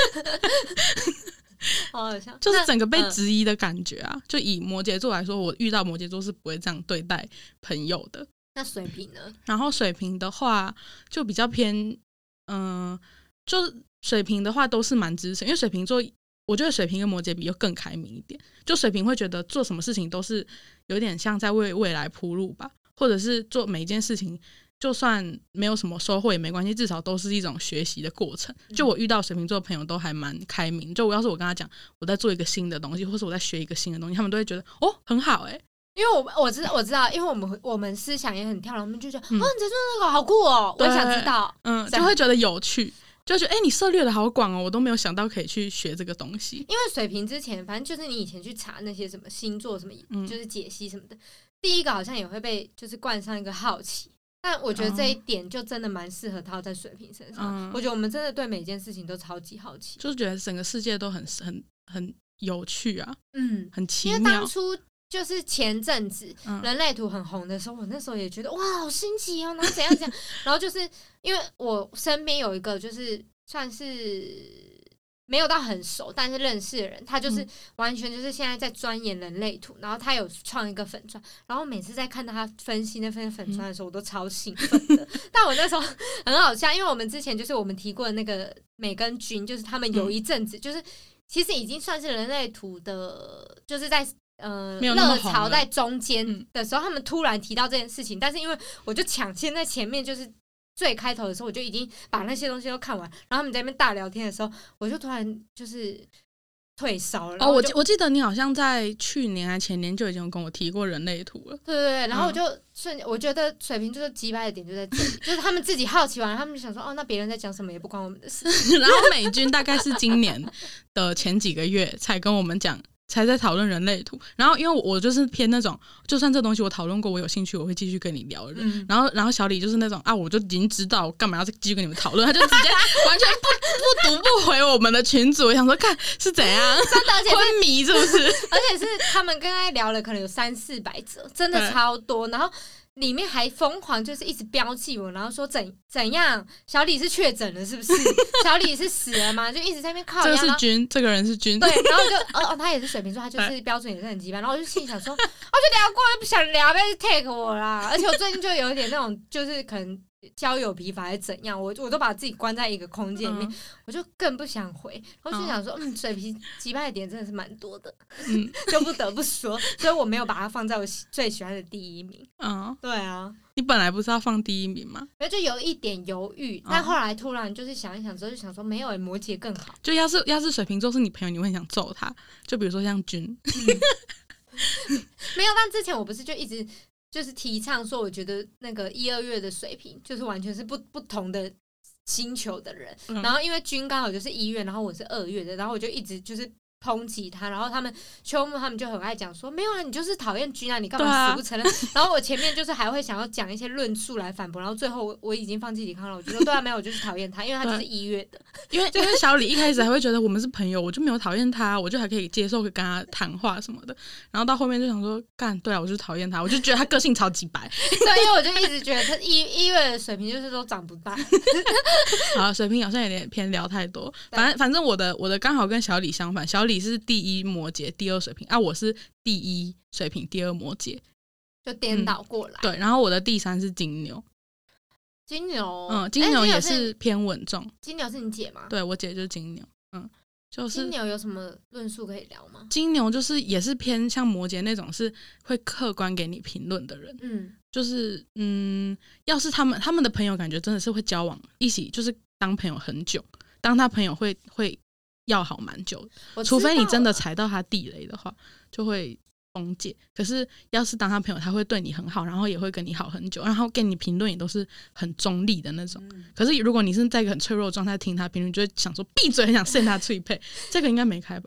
Speaker 2: 好好笑，
Speaker 1: 就是整个被质疑的感觉啊！就以摩羯座来说，我遇到摩羯座是不会这样对待朋友的。
Speaker 2: 那水瓶呢？
Speaker 1: 然后水瓶的话就比较偏，嗯、呃，就水瓶的话都是蛮支持，因为水瓶座，我觉得水瓶跟摩羯比又更开明一点。就水瓶会觉得做什么事情都是有点像在为未来铺路吧，或者是做每一件事情。就算没有什么收获也没关系，至少都是一种学习的过程。就我遇到水瓶座的朋友都还蛮开明，就我要是我跟他讲我在做一个新的东西，或是我在学一个新的东西，他们都会觉得哦很好哎、欸。
Speaker 2: 因为我我知道我知道，因为我们我们思想也很跳，我们就觉得、嗯、哦你在做那个好酷哦，我也想知道，
Speaker 1: 嗯，就会觉得有趣，就觉得哎、欸、你涉猎的好广哦，我都没有想到可以去学这个东西。
Speaker 2: 因为水瓶之前反正就是你以前去查那些什么星座什么，就是解析什么的，嗯、第一个好像也会被就是冠上一个好奇。但我觉得这一点就真的蛮适合套在水瓶身上、嗯。我觉得我们真的对每件事情都超级好奇，
Speaker 1: 就是觉得整个世界都很很很有趣啊，
Speaker 2: 嗯，
Speaker 1: 很奇妙。
Speaker 2: 因为当初就是前阵子、嗯、人类图很红的时候，我那时候也觉得哇，好新奇哦，然后怎样怎样，然后就是因为我身边有一个就是算是。没有到很熟，但是认识的人，他就是完全就是现在在钻研人类图，然后他有创一个粉专，然后每次在看到他分析那份粉专的时候，我都超兴奋的。但我那时候很好笑，因为我们之前就是我们提过的那个美跟君，就是他们有一阵子就是其实已经算是人类图的，就是在。呃，热潮在中间的时候、嗯，他们突然提到这件事情，但是因为我就抢先在前面，就是最开头的时候，我就已经把那些东西都看完，然后他们在那边大聊天的时候，我就突然就是退烧了。
Speaker 1: 哦，我我记得你好像在去年还前年就已经有跟我提过人类图了。
Speaker 2: 对对对，然后我就瞬间、嗯，我觉得水瓶就是击败的点就在这里，就是他们自己好奇完，他们就想说，哦，那别人在讲什么也不关我们的事。
Speaker 1: 然后美君大概是今年的前几个月才跟我们讲。才在讨论人类图，然后因为我就是偏那种，就算这东西我讨论过，我有兴趣我会继续跟你聊的人。嗯、然后，然后小李就是那种啊，我就已经知道，我干嘛要继续跟你们讨论？他就直接完全不不读不回我们的群组，我想说看是怎样，
Speaker 2: 真的，而且
Speaker 1: 昏迷是不是？
Speaker 2: 而且是他们刚才聊了，可能有三四百则，真的超多，然后。里面还疯狂就是一直标记我，然后说怎怎样，小李是确诊了是不是？小李是死了吗？就一直在那边靠。
Speaker 1: 这个是君，这个人是君。
Speaker 2: 对，然后就哦哦，他也是水瓶座，他就是标准也是很鸡掰。然后我就心里想说，我就聊过了，不想聊，不要 take 我啦。而且我最近就有一点那种，就是可能交友疲乏还是怎样，我我都把自己关在一个空间里面、嗯，我就更不想回。我就想说，嗯，水瓶击败的点真的是蛮多的，嗯，就不得不说，所以我没有把它放在我最喜欢的第一名。嗯，对啊，
Speaker 1: 你本来不是要放第一名吗？
Speaker 2: 就有一点犹豫，但后来突然就是想一想之后，就想说没有、欸，摩羯更好。
Speaker 1: 就要是要是水瓶座是你朋友，你会很想揍他。就比如说像君，
Speaker 2: 嗯、没有。但之前我不是就一直。就是提倡说，我觉得那个一二月的水瓶就是完全是不不同的星球的人、嗯。然后因为君刚好就是一月，然后我是二月的，然后我就一直就是抨击他。然后他们秋木他们就很爱讲说，没有啊，你就是讨厌君啊，你干嘛死不承认、啊？然后我前面就是还会想要讲一些论述来反驳，然后最后我我已经放弃抵抗了，我就说对啊，没有，我就是讨厌他，因为他就是一月的。
Speaker 1: 因为因为小李一开始还会觉得我们是朋友，我就没有讨厌他，我就还可以接受跟他谈话什么的。然后到后面就想说，干对啊，我就是讨厌他，我就觉得他个性超级白。
Speaker 2: 对，因为我就一直觉得他一一月的水瓶就是都长不大。
Speaker 1: 好，水瓶好像有点偏聊太多。反正反正我的我的刚好跟小李相反，小李是第一摩羯，第二水瓶啊，我是第一水瓶，第二摩羯，
Speaker 2: 就颠倒过来、嗯。
Speaker 1: 对，然后我的第三是金牛。
Speaker 2: 金牛，
Speaker 1: 嗯，金牛也是偏稳重。
Speaker 2: 金牛是你姐吗？
Speaker 1: 对，我姐就是金牛，嗯，就是
Speaker 2: 金牛有什么论述可以聊吗？
Speaker 1: 金牛就是也是偏像摩羯那种，是会客观给你评论的人，嗯，就是嗯，要是他们他们的朋友感觉真的是会交往一起，就是当朋友很久，当他朋友会会要好蛮久的，除非你真的踩到他地雷的话，就会。封戒。可是要是当他朋友，他会对你很好，然后也会跟你好很久，然后给你评论也都是很中立的那种、嗯、可是如果你是在一个很脆弱的状态听他评论，就会想说闭嘴，很想扇他脆配这个应该没开吧？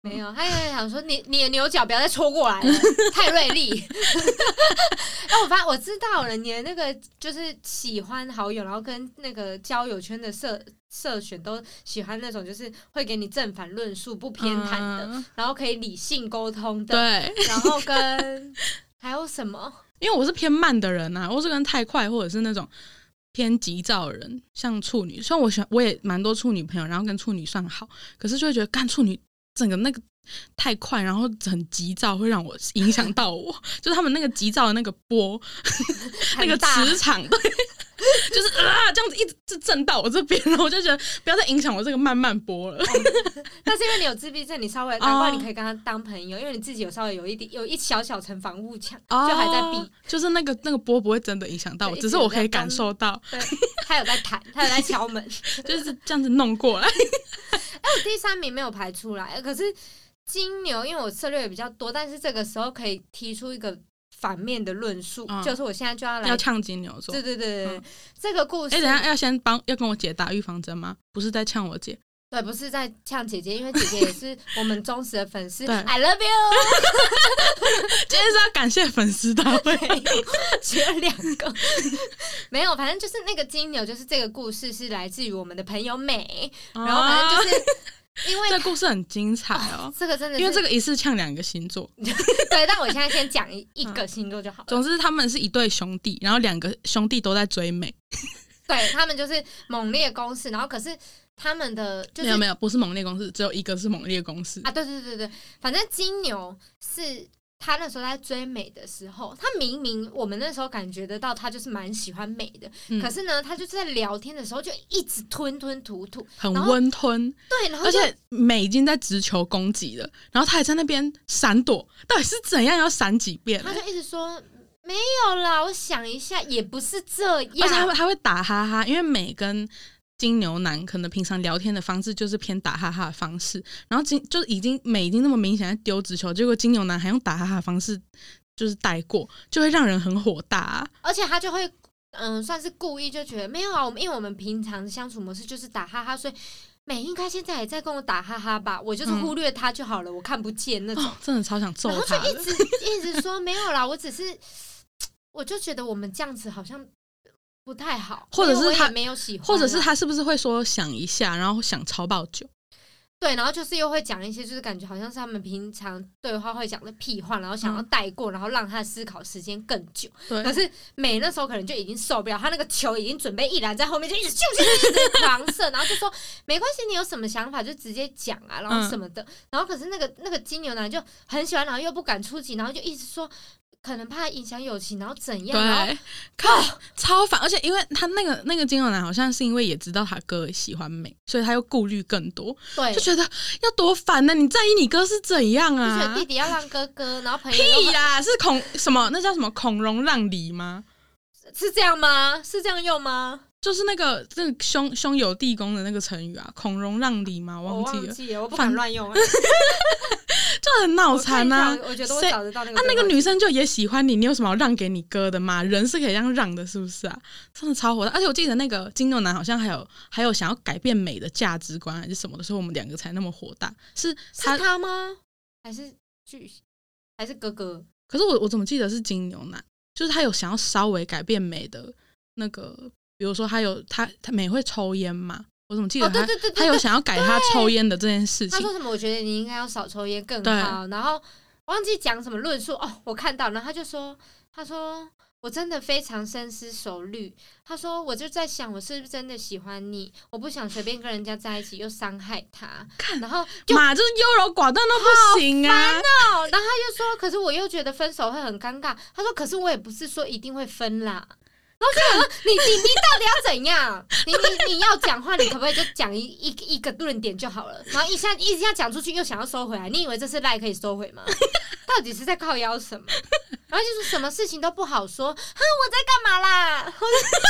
Speaker 2: 没有，他也想说你你的牛角不要再戳过来了，太锐利。哎，我发现我知道了，你的那个就是喜欢好友，然后跟那个交友圈的社社选都喜欢那种就是会给你正反论述、不偏袒的，嗯、然后可以理性沟通的。
Speaker 1: 对，
Speaker 2: 然后跟还有什么？
Speaker 1: 因为我是偏慢的人啊，我是跟太快或者是那种偏急躁的人，像处女。虽然我喜欢，我也蛮多处女朋友，然后跟处女算好，可是就会觉得干处女。整个那个太快，然后很急躁，会让我影响到我。就是他们那个急躁的那个波，那个磁场，对，就是啊，这样子一直震到我这边，然后我就觉得不要再影响我这个慢慢波了。
Speaker 2: 但是因为你有自闭症，你稍微难怪你可以跟他当朋友，因为你自己有稍微有一点有一小小层防护墙，哦、就还在避，
Speaker 1: 就是那个那个波不会真的影响到我，只是我可以感受到。
Speaker 2: 对，他有在弹，他有在敲门，
Speaker 1: 就是这样子弄过来。
Speaker 2: 哎，我第三名没有排出来，可是金牛，因为我策略也比较多，但是这个时候可以提出一个反面的论述，嗯、就是我现在就要来
Speaker 1: 要呛金牛座。
Speaker 2: 对对对对，嗯、这个故事。
Speaker 1: 哎，等一下要先帮要跟我姐打预防针吗？不是在呛我姐。
Speaker 2: 对，不是在呛姐姐，因为姐姐也是我们忠实的粉丝。I love you 。
Speaker 1: 今天是要感谢粉丝大会，
Speaker 2: 只有两个，没有，反正就是那个金牛，就是这个故事是来自于我们的朋友美，然后反正就是因为
Speaker 1: 这个故事很精彩哦，
Speaker 2: 哦这个真的是
Speaker 1: 因为这个一次呛两个星座，
Speaker 2: 对，但我现在先讲一个星座就好了。
Speaker 1: 总之他们是一对兄弟，然后两个兄弟都在追美，
Speaker 2: 对他们就是猛烈攻势，然后可是。他们的就是
Speaker 1: 没有没有，不是猛烈公式，只有一个是猛烈公式
Speaker 2: 啊！对对对对，反正金牛是他那时候在追美的时候，他明明我们那时候感觉得到他就是蛮喜欢美的，嗯、可是呢，他就是在聊天的时候就一直吞吞吐吐，
Speaker 1: 很温吞。
Speaker 2: 对，然后
Speaker 1: 而且美已经在直球攻击了，然后他还在那边闪躲，到底是怎样要闪几遍、欸？
Speaker 2: 他就一直说。没有啦，我想一下，也不是这样。
Speaker 1: 而且他会他会打哈哈，因为美跟金牛男可能平常聊天的方式就是偏打哈哈的方式，然后金就已经美已经那么明显在丢直球，结果金牛男还用打哈哈的方式就是带过，就会让人很火大、啊。
Speaker 2: 而且他就会嗯，算是故意就觉得没有啊，我们因为我们平常相处模式就是打哈哈，所以。美应该现在也在跟我打哈哈吧，我就是忽略他就好了，嗯、我看不见那种、哦，
Speaker 1: 真的超想揍他。
Speaker 2: 然后就一直一直说没有啦，我只是，我就觉得我们这样子好像不太好，
Speaker 1: 或者是他
Speaker 2: 没有喜欢，
Speaker 1: 或者是他是不是会说想一下，然后想超爆久。
Speaker 2: 对，然后就是又会讲一些，就是感觉好像是他们平常对话会讲的屁话，然后想要带过，然后让他的思考时间更久。可是美那时候可能就已经受不了，他那个球已经准备一拦在后面，就一直咻咻一直狂射，然后就说没关系，你有什么想法就直接讲啊，然后什么的。嗯、然后可是那个那个金牛男就很喜欢，然后又不敢出击，然后就一直说。可能怕影响友情，然后怎样？
Speaker 1: 对，靠，超烦！而且因为他那个那个金牛男好像是因为也知道他哥喜欢美，所以他又顾虑更多。
Speaker 2: 对，
Speaker 1: 就觉得要多烦呢、啊！你在意你哥是怎样啊？
Speaker 2: 就觉得弟弟要让哥哥，然后朋友
Speaker 1: 屁啦，是孔什么？那叫什么孔融让梨吗？
Speaker 2: 是这样吗？是这样用吗？
Speaker 1: 就是那个那个兄兄友弟恭的那个成语啊，孔融让梨吗？
Speaker 2: 忘
Speaker 1: 记了，
Speaker 2: 我忘记了，我不敢乱用、啊。
Speaker 1: 就很脑残啊！
Speaker 2: 我觉得我找得到那个。
Speaker 1: 啊，那个女生就也喜欢你，你有什么要让给你哥的吗？人是可以这样让的，是不是啊？真的超火的！而且我记得那个金牛男好像还有还有想要改变美的价值观还是什么的，所以我们两个才那么火大。是他
Speaker 2: 是他吗？还是巨还是哥哥？
Speaker 1: 可是我我怎么记得是金牛男？就是他有想要稍微改变美的那个，比如说他有他他美会抽烟嘛？我怎么记得他、
Speaker 2: 哦、对对对对
Speaker 1: 他有想要改他抽烟的这件事情？
Speaker 2: 他说什么？我觉得你应该要少抽烟更好。然后忘记讲什么论述哦，我看到，然后他就说，他说我真的非常深思熟虑。他说我就在想，我是不是真的喜欢你？我不想随便跟人家在一起又伤害他。然后
Speaker 1: 妈就是优柔寡断都不行啊！
Speaker 2: 烦哦。然后他就说，可是我又觉得分手会很尴尬。他说，可是我也不是说一定会分啦。然后就想说你你你到底要怎样？你你你要讲话，你可不可以就讲一一一个论点就好了？然后一下一下讲出去，又想要收回来，你以为这是赖可以收回吗？到底是在靠腰什么？然后就说什么事情都不好说，哼，我在干嘛啦？我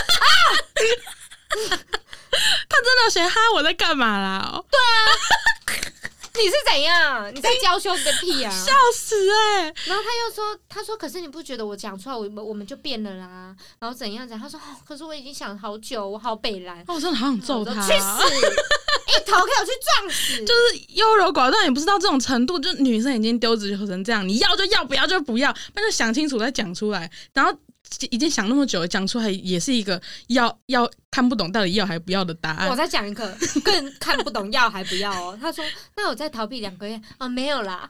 Speaker 1: 啊！他真的有写哈我在干嘛啦？哦，
Speaker 2: 对啊。你是怎样？你在娇羞个屁啊！
Speaker 1: 笑死哎、欸！
Speaker 2: 然后他又说：“他说，可是你不觉得我讲出来，我我们就变了啦？然后怎样怎样？他说、哦，可是我已经想好久，我好北蓝。
Speaker 1: 哦，我真的好想揍他、啊！
Speaker 2: 去死！ 一头给我去撞死，
Speaker 1: 就是优柔寡断，也不是到这种程度，就女生已经丢直球成这样，你要就要，不要就不要，那就想清楚再讲出来，然后已经想那么久，讲出来也是一个要要看不懂到底要还不要的答案。
Speaker 2: 我再讲一个更看不懂要还不要哦。他说：“那我再逃避两个月哦，没有啦。”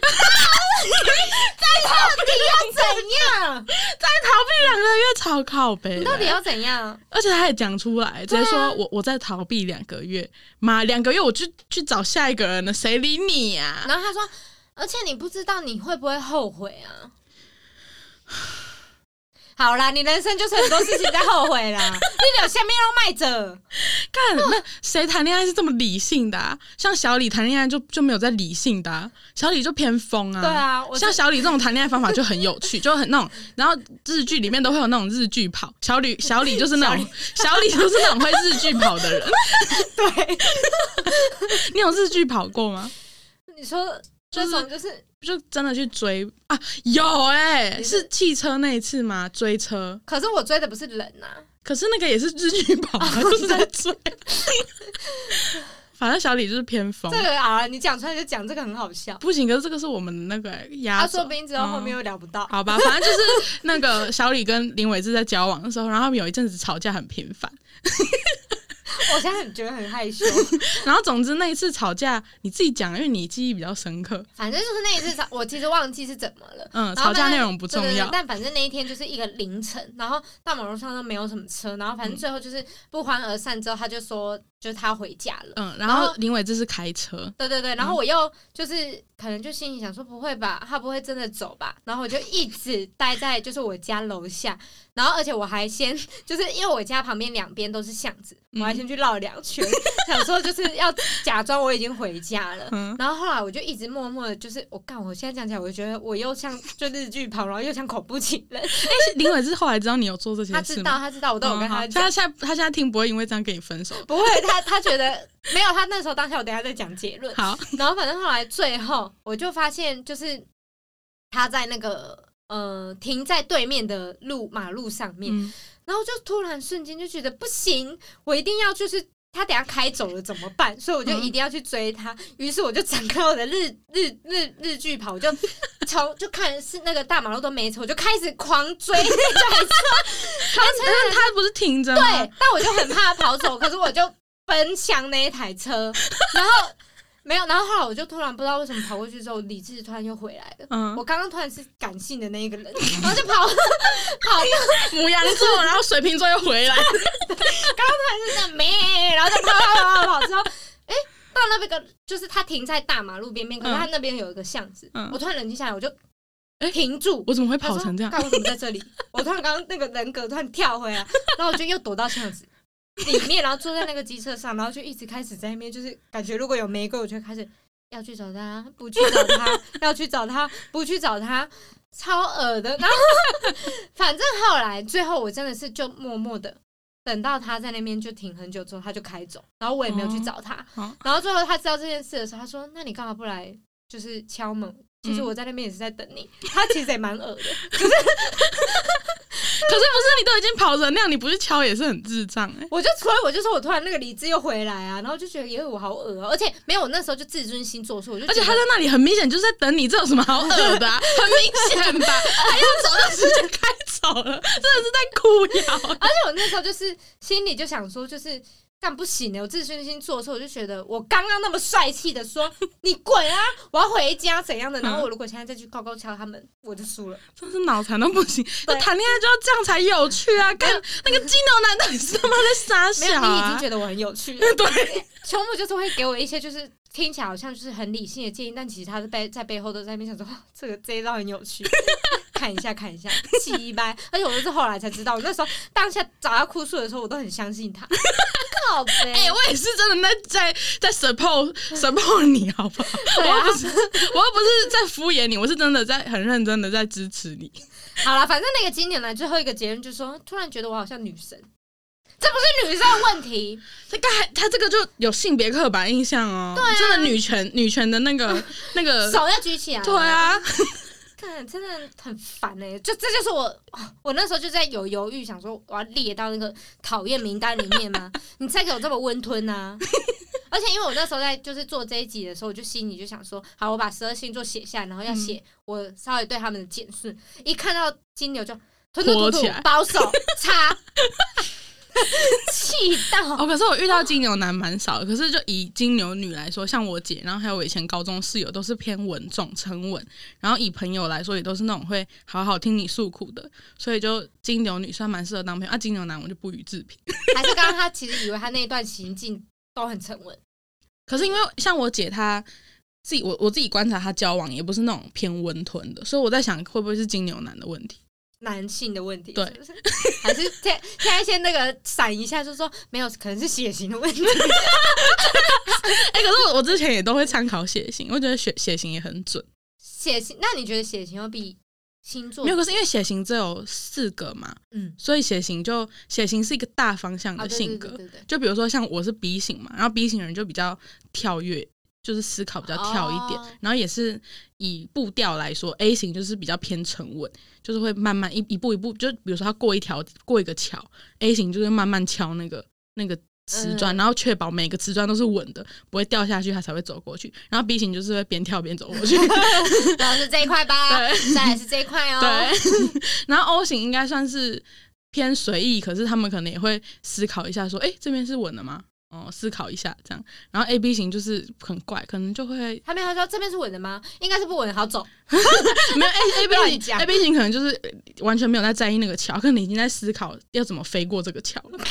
Speaker 2: 再到底要怎样？
Speaker 1: 再逃避两个月超靠北，
Speaker 2: 你到底要怎样？
Speaker 1: 而且他也讲出来，直接说、啊、我我再逃避两个月，妈两个月我去去找下一个人了，谁理你呀、啊？
Speaker 2: 然后他说，而且你不知道你会不会后悔啊。好啦，你人生就是很多事情在后悔啦，你有下面要卖着。
Speaker 1: 看那谁谈恋爱是这么理性的、啊？像小李谈恋爱就就没有在理性的、啊，小李就偏疯啊。
Speaker 2: 对啊，
Speaker 1: 像小李这种谈恋爱方法就很有趣，就很那种，然后日剧里面都会有那种日剧跑，小李小李就是那种小李就是那种会日剧跑的人。
Speaker 2: 对，
Speaker 1: 你有日剧跑过吗？
Speaker 2: 你说这种就是。
Speaker 1: 就真的去追啊？有哎、欸，是汽车那一次吗？追车？
Speaker 2: 可是我追的不是人呐、啊。
Speaker 1: 可是那个也是日剧跑，啊，就是在追。反正小李就是偏疯。
Speaker 2: 这个啊，你讲出来就讲这个很好笑。
Speaker 1: 不行，可是这个是我们的那个压轴。
Speaker 2: 他说不定之后后面又聊不到、
Speaker 1: 嗯。好吧，反正就是那个小李跟林伟志在交往的时候，然后他们有一阵子吵架很频繁。
Speaker 2: 我现在很觉得很害羞。
Speaker 1: 然后总之那一次吵架你自己讲，因为你记忆比较深刻。
Speaker 2: 反正就是那一次吵，我其实忘记是怎么了。
Speaker 1: 嗯，吵架内容不重要。对对对，
Speaker 2: 但反正那一天就是一个凌晨，然后大马路上都没有什么车，然后反正最后就是不欢而散之后，他就说就是他回家了。
Speaker 1: 嗯，然后林伟志是开车。
Speaker 2: 对对对，然后我又就是可能就心里想说不会吧，他不会真的走吧？然后我就一直待在就是我家楼下，然后而且我还先就是因为我家旁边两边都是巷子，我还先去绕两圈，嗯、想说就是要假装我已经回家了。嗯、然后后来我就一直默默的，就是我干，我现在讲起来，我就觉得我又像就日剧跑，然后又像恐怖情人。哎、
Speaker 1: 欸，林伟志后来知道你有做这些事吗？
Speaker 2: 他知道，他知道，我都有跟他讲。
Speaker 1: 他现在他现在听不会因为这样跟你分手？
Speaker 2: 不会，他他觉得没有，他那时候当下我等一下再讲结论。
Speaker 1: 好，
Speaker 2: 然后反正后来最后我就发现，就是他在那个呃停在对面的路马路上面，嗯、然后就突然瞬间就觉得不行，我一定要就是他等一下开走了怎么办？所以我就一定要去追他。嗯、于是我就展开我的日日日日剧跑，我就从就看是那个大马路都没车，我就开始狂追那台车。
Speaker 1: 但是他不是停着吗？
Speaker 2: 对，但我就很怕他跑走，可是我就奔向那一台车，然后。没有，然后后来我就突然不知道为什么跑过去之后，理智突然又回来了。嗯，我刚刚突然是感性的那一个人，然后就跑跑到
Speaker 1: 牡羊座，然后水瓶座又回来。刚
Speaker 2: 刚突然是这样咩，然后就跑跑跑跑跑之后，哎、欸，到那边个就是他停在大马路边边，可是他那边有一个巷子，嗯、我突然冷静下来，我就停住。欸、
Speaker 1: 我怎么会跑成这样？
Speaker 2: 看我怎么在这里？我突然刚刚那个人格突然跳回来，然后我就又躲到巷子里面，然后坐在那个机车上，然后就一直开始在那边，就是感觉如果有玫瑰，我就开始要去找他，不去找他，要去找他，不去找他，超恶的。然后反正后来最后我真的是就默默的等到他在那边就停很久之后，他就开走，然后我也没有去找他。哦、然后最后他知道这件事的时候，他说：“那你干嘛不来？就是敲门。”其实我在那边也是在等你，嗯、他其实也蛮恶的，可是可是
Speaker 1: 不是你都已经跑成那样，你不去敲也是很智障哎、欸！
Speaker 2: 我就所以我就说我突然那个理智又回来啊，然后就觉得因为我好恶哦、喔，而且没有我那时候就自尊心作祟，我就
Speaker 1: 而且他在那里很明显就是在等你，这有什么好恶的、啊？很明显吧？还要走就直接开走了，真的是在哭摇、欸。
Speaker 2: 而且我那时候就是心里就想说，就是。干不行的，我自尊心做错，我就觉得我刚刚那么帅气的说你滚啊，我要回家怎样的，然后我如果现在再去高高敲他们，我就输了，
Speaker 1: 真是脑残都不行。谈恋爱就要这样才有趣啊！跟那个金牛男到底是他妈在傻小啊？
Speaker 2: 没有，你已经觉得我很有趣了。
Speaker 1: 对，
Speaker 2: 胸部就是会给我一些就是听起来好像就是很理性的建议，但其实他是背在背后都在那边想说，这个这一招很有趣。看一下看一下，气掰！而且我都是后来才知道，我那时候当下找他哭诉的时候，我都很相信他。靠北！
Speaker 1: 哎、欸，我也是真的在在在 support support 你，好不好？啊、我又不是我又不是在敷衍你，我是真的在很认真的在支持你。
Speaker 2: 好了，反正那个经典来最后一个结论就是说，突然觉得我好像女神，这不是女生的问题。
Speaker 1: 这个他这个就有性别刻板印象哦，
Speaker 2: 对、啊，
Speaker 1: 真的女权女权的那个那个
Speaker 2: 手要举起来，
Speaker 1: 对啊。
Speaker 2: 看，真的很烦哎、欸！就这就是我，我那时候就在有犹豫，想说我要列到那个讨厌名单里面吗？你才给我这么温吞啊！而而且因为我那时候在就是做这一集的时候，我就心里就想说，好，我把十二星座写下来，然后要写我稍微对他们的简述。嗯、一看到金牛就吞吞吐吐、保守、差。气到
Speaker 1: 哦！可是我遇到金牛男蛮少的，可是就以金牛女来说，像我姐，然后还有我以前高中室友，都是偏稳重沉稳，然后以朋友来说，也都是那种会好好听你诉苦的，所以就金牛女算蛮适合当朋友啊。金牛男我就不予置评。
Speaker 2: 还是刚刚他其实以为他那一段行径都很沉稳，
Speaker 1: 可是因为像我姐她自己，我我自己观察她交往也不是那种偏温吞的，所以我在想会不会是金牛男的问题。
Speaker 2: 男性的问题
Speaker 1: 对，
Speaker 2: 是不是？还是现现在先那个闪一下，就说没有，可能是血型的问题。哎、
Speaker 1: 欸，可是我我之前也都会参考血型，我觉得血血型也很准。
Speaker 2: 血型？那你觉得血型要比星座？
Speaker 1: 没有，可是因为血型只有四个嘛，嗯，所以血型就血型是一个大方向的性格。啊、对对对对对，就比如说像我是 B 型嘛，然后 B 型人就比较跳跃。就是思考比较跳一点， oh. 然后也是以步调来说 ，A 型就是比较偏沉稳，就是会慢慢一一步一步，就比如说他过一条过一个桥 ，A 型就是慢慢敲那个那个瓷砖，嗯、然后确保每个瓷砖都是稳的，不会掉下去，他才会走过去。然后 B 型就是会边跳边走过去，
Speaker 2: 然后是这一块吧，对，再来是这一块哦。
Speaker 1: 对，然后 O 型应该算是偏随意，可是他们可能也会思考一下，说，哎、欸，这边是稳的吗？哦，思考一下这样，然后 A B 型就是很怪，可能就会
Speaker 2: 他没有说这边是稳的吗？应该是不稳的，好走。
Speaker 1: 没有 A A B 型 A B 型可能就是完全没有在在意那个桥，可能已经在思考要怎么飞过这个桥了。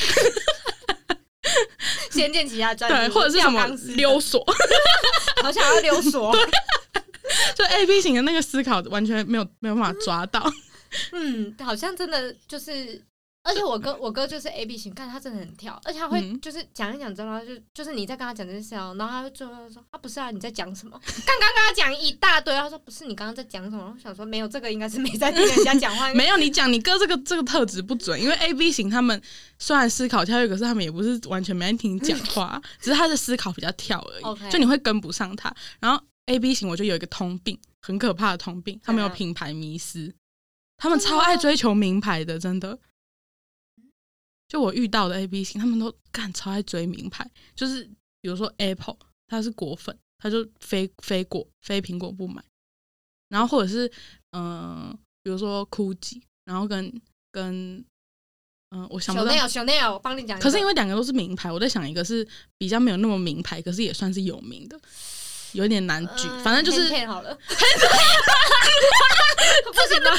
Speaker 2: 仙剑奇侠传
Speaker 1: 对，或者是什么溜索，
Speaker 2: 好想要溜索。
Speaker 1: 就 A B 型的那个思考完全没有没有办法抓到。
Speaker 2: 嗯，好像真的就是。而且我哥，我哥就是 A B 型，看他真的很跳，而且他会就是讲一讲之后，就就是你在跟他讲这件事哦，然后他会最后说啊不是啊，你在讲什么？刚刚跟他讲一大堆，他说不是，你刚刚在讲什么？我想说没有，这个应该是没在听人家讲话。
Speaker 1: 没有，你讲你哥这个这个特质不准，因为 A B 型他们虽然思考跳跃，可是他们也不是完全没在听你讲话，只是他的思考比较跳而已， okay. 就你会跟不上他。然后 A B 型我就有一个通病，很可怕的通病，他们有品牌迷思，他们超爱追求名牌的，真的。就我遇到的 A B 型，他们都干超爱追名牌，就是比如说 Apple， 他是果粉，他就非非果非苹果不买，然后或者是嗯、呃，比如说 Gucci， 然后跟跟嗯、呃，我想不到
Speaker 2: Chanel Chanel， 我帮你讲。
Speaker 1: 可是因为两个都是名牌，我在想一个是比较没有那么名牌，可是也算是有名的。有点难举，呃、反正就是
Speaker 2: Hand Ten 好了，不行的，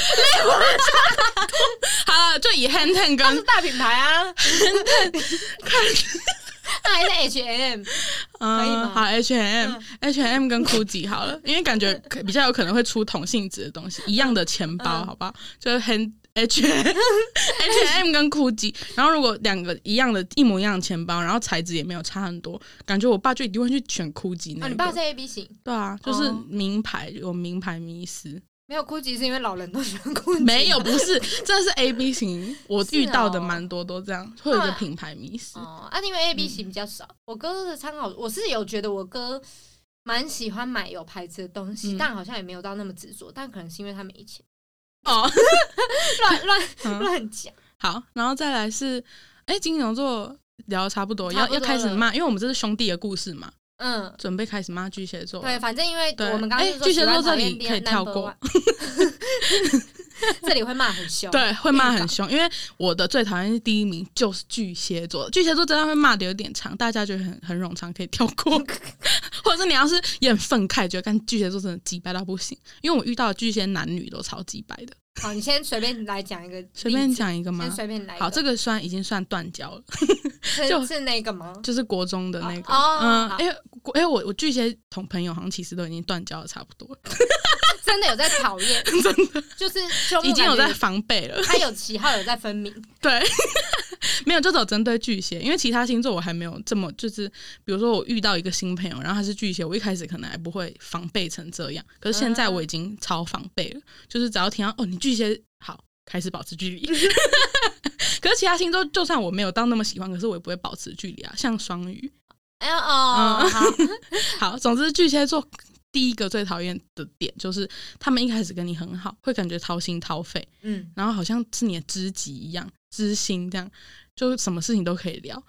Speaker 1: 好了，就以 Hand Ten 跟
Speaker 2: 是大品牌啊 ，Hand Ten 那还是 H and M， 可以吗？
Speaker 1: 好 H and M，H and M 跟 Gucci 好了，因为感觉比较有可能会出同性质的东西，一样的钱包，好不好？就是 Hand H H M 跟 Gucci， 然后如果两个一样的一模一样的钱包，然后材质也没有差很多，感觉我爸就一定会去选 Gucci 那个。
Speaker 2: 啊，你爸是 A B 型？
Speaker 1: 对啊，就是名牌有名牌迷思。
Speaker 2: 没有 Gucci 是因为老人都喜欢 Gucci，
Speaker 1: 没有，不是，真的是 A B 型，我遇到的蛮多都这样，会有一个品牌迷思。
Speaker 2: 哦，啊，因为 A B 型比较少，嗯、我哥的参考，我是有觉得我哥蛮喜欢买有牌子的东西，嗯、但好像也没有到那么执着，但可能是因为他没钱。哦，乱乱乱讲。
Speaker 1: 好，然后再来是，哎、欸，金牛座聊得差不多，要要开始骂，因为我们这是兄弟的故事嘛。嗯，准备开始骂巨蟹座。
Speaker 2: 对，反正因为我们刚刚
Speaker 1: 巨蟹座这里可以跳过，
Speaker 2: 这里会骂很凶，
Speaker 1: 对，会骂很凶。因为我的最讨厌是第一名就是巨蟹座，巨蟹座真的会骂的有点长，大家觉得很很冗长，可以跳过。或者是你要是也很愤慨，觉得看巨蟹座真的鸡掰到不行，因为我遇到的巨蟹男女都超鸡掰的。
Speaker 2: 好，你先随便来讲一个，
Speaker 1: 随便讲一个吗？
Speaker 2: 先随便来一个。
Speaker 1: 好，这个算已经算断交了，
Speaker 2: 就是那个吗？
Speaker 1: 就是国中的那个。
Speaker 2: 哦，
Speaker 1: 嗯，因为因为我我巨蟹同朋友好像其实都已经断交的差不多了。
Speaker 2: 真的有在讨厌，
Speaker 1: 真的
Speaker 2: 就是
Speaker 1: 已经有在防备了。
Speaker 2: 他有旗号，有在分明。
Speaker 1: 对，没有就只有针对巨蟹，因为其他星座我还没有这么就是，比如说我遇到一个新朋友，然后他是巨蟹，我一开始可能还不会防备成这样，可是现在我已经超防备了，就是只要听到哦你巨蟹好，开始保持距离。可是其他星座就算我没有到那么喜欢，可是我也不会保持距离啊，像双鱼。
Speaker 2: 哎哦，嗯、好
Speaker 1: 好，总之巨蟹座。第一个最讨厌的点就是他们一开始跟你很好，会感觉掏心掏肺，嗯，然后好像是你的知己一样，知心这样，就什么事情都可以聊。